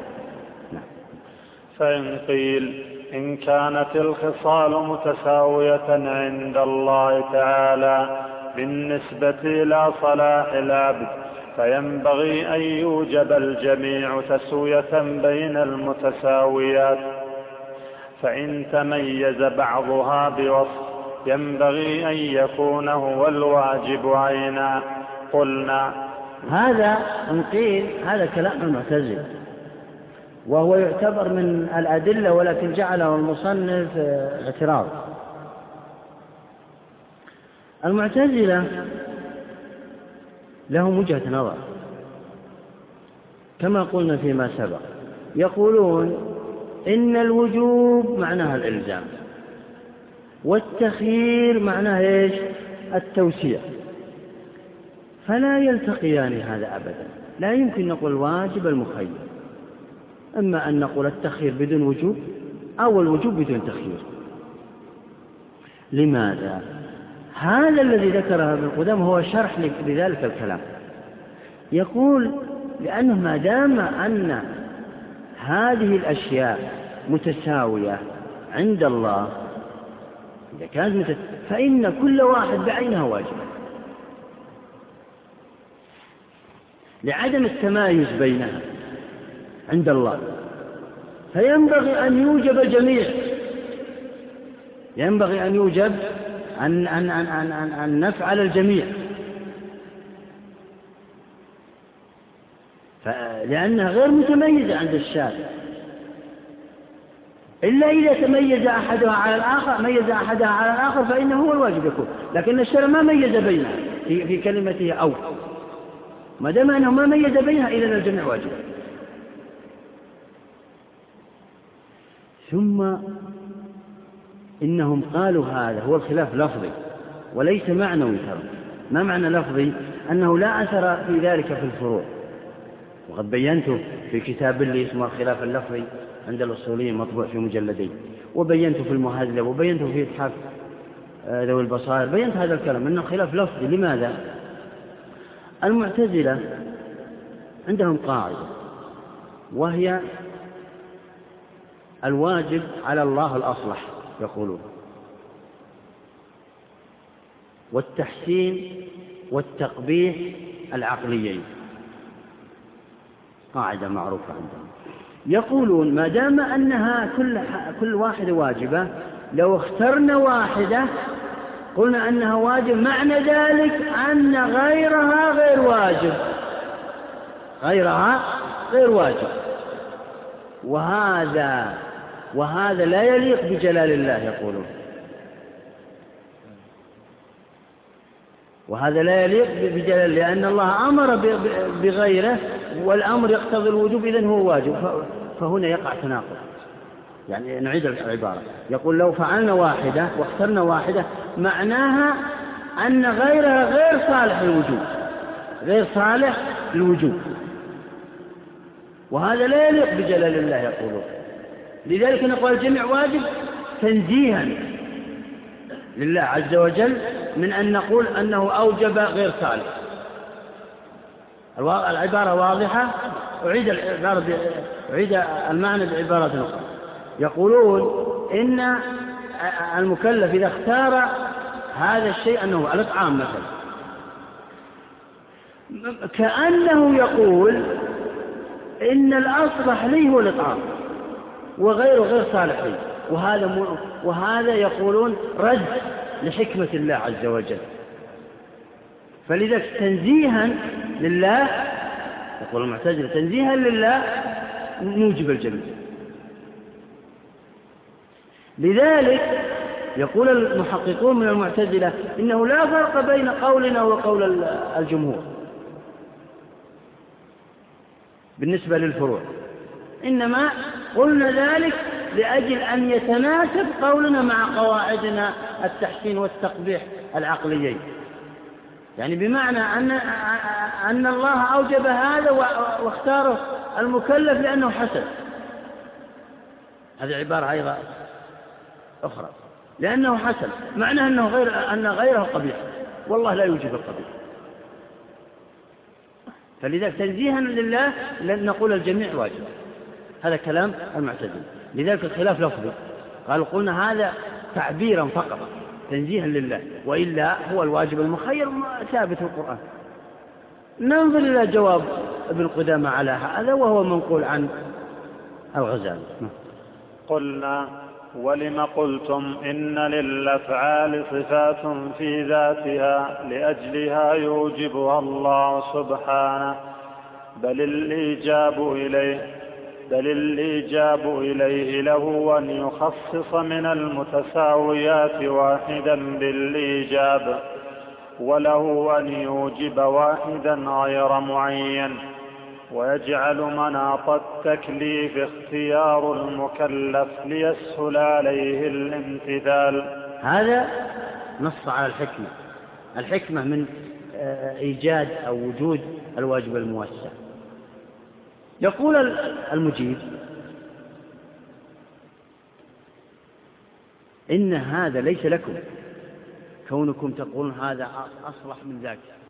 فإن قيل إن كانت الخصال متساوية عند الله تعالى بالنسبة إلى صلاح العبد، فينبغي أن يوجب الجميع تسوية بين المتساويات، فإن تميز بعضها بوصف ينبغي أن يكون هو الواجب عينا. قلنا هذا إن قيل هذا كلام المعتزلة، وهو يعتبر من الأدلة، ولكن جعله المصنف اعتراض. المعتزلة لهم وجهة نظر كما قلنا فيما سبق، يقولون إن الوجوب معناها الإلزام، والتخيير معناه إيش؟ التوسيع، فلا يلتقيان هذا أبدا. لا يمكن نقول واجب المخير، إما أن نقول التخيير بدون وجوب أو الوجوب بدون تخيير. لماذا؟ هذا الذي ذكره ابن قدامة هو شرح لذلك الكلام. يقول لأنه ما دام أن هذه الأشياء متساوية عند الله، إذا كانت متساوية فإن كل واحد بعينها واجب، لعدم التمايز بينها عند الله، فينبغي أن يوجب الجميع، ينبغي أن يوجب أن, أن, أن, أن, أن, أن نفعل الجميع، لأنها غير متميزة عند الشارع، إلا إذا تميز أحدها على الآخر، ميز أحدها على الآخر فإنه هو الواجب يكون، لكن الشارع ما ميز بينها في, في كلمته أو، ما دام أنه ما ميز بينها إذن الجميع واجب. ثم إنهم قالوا هذا هو الخلاف لفظي وليس معنوي. ترى ما معنى لفظي؟ أنه لا أثر في ذلك في الفروع، وقد بينته في كتاب اللي اسمه الخلاف اللفظي عند الأصوليين مطبوع في مجلدين، وبينته في المهذب، وبينته في إتحاف ذوي البصائر، بينت هذا الكلام أنه خلاف لفظي. لماذا؟ المعتزلة عندهم قاعدة، وهي الواجب على الله الأصلح يقولون، والتحسين والتقبيح العقليين، قاعدة معروفة عندهم. يقولون ما دام أنها كل, كل واحدة واجبة، لو اخترنا واحدة قلنا أنها واجب، معنى ذلك أن غيرها غير واجب، غيرها غير واجب، وهذا وهذا لا يليق بجلال الله يقولون، وهذا لا يليق بجلال، لأن الله أمر بغيره والأمر يقتضي الوجوب، إذن هو واجب، فهنا يقع تناقض. يعني نعيد العبارة، يقول لو فعلنا واحدة واخترنا واحدة معناها أن غيرها غير صالح للوجوب، غير صالح للوجوب، وهذا لا يليق بجلال الله يقولون. لذلك نقول الجميع واجب تنزيها لله عز وجل من أن نقول أنه أوجب غير صالح. العبارة واضحة، أعيد العبارة أعيد المعنى بعبارة أخرى. يقولون إن المكلف إذا اختار هذا الشيء أنه الإطعام مثلا، كأنه يقول إن الأصلح لي هو الإطعام وغيره غير صالح لي، وهذا وهذا يقولون رد لحكمة الله عز وجل. فلذلك تنزيها لله، يقول المعتزلة تنزيها لله نوجب الجميع. لذلك يقول المحققون من المعتزلة إنه لا فرق بين قولنا وقول الجمهور بالنسبة للفروع، إنما قلنا ذلك لأجل أن يتناسب قولنا مع قواعدنا التحسين والتقبيح العقليين، يعني بمعنى أن أن الله أوجب هذا واختاره المكلف لأنه حسن. هذه عبارة أيضا أخرى، لأنه حسن معناه أنه غير أن غيره قبيح، والله لا يوجب القبيح. فلذلك تنزيها لله لن نقول الجميع واجب، هذا كلام المعتزلة. لذلك الخلاف لفظي، قالوا قلنا هذا تعبيرا فقط، تنزيها لله، وإلا هو الواجب المخير ثابت في القرآن. ننظر إلى جواب ابن قدامة على هذا وهو منقول عن الغزالي. قلنا ولم قلتم إن للأفعال صفات في ذاتها لأجلها يوجبها الله سبحانه، بل الإيجاب إليه بل الإيجاب إليه له أن يخصص من المتساويات واحدا بالإيجاب، وله أن يوجب واحدا غير معين، ويجعل مناط التكليف اختيار المكلف ليسهل عليه الامتثال. هذا نص على الحكمة، الحكمة من إيجاد أو وجود الواجب الموسع. يقول المجيب إن هذا ليس لكم، كونكم تقولون هذا أصلح من ذاك.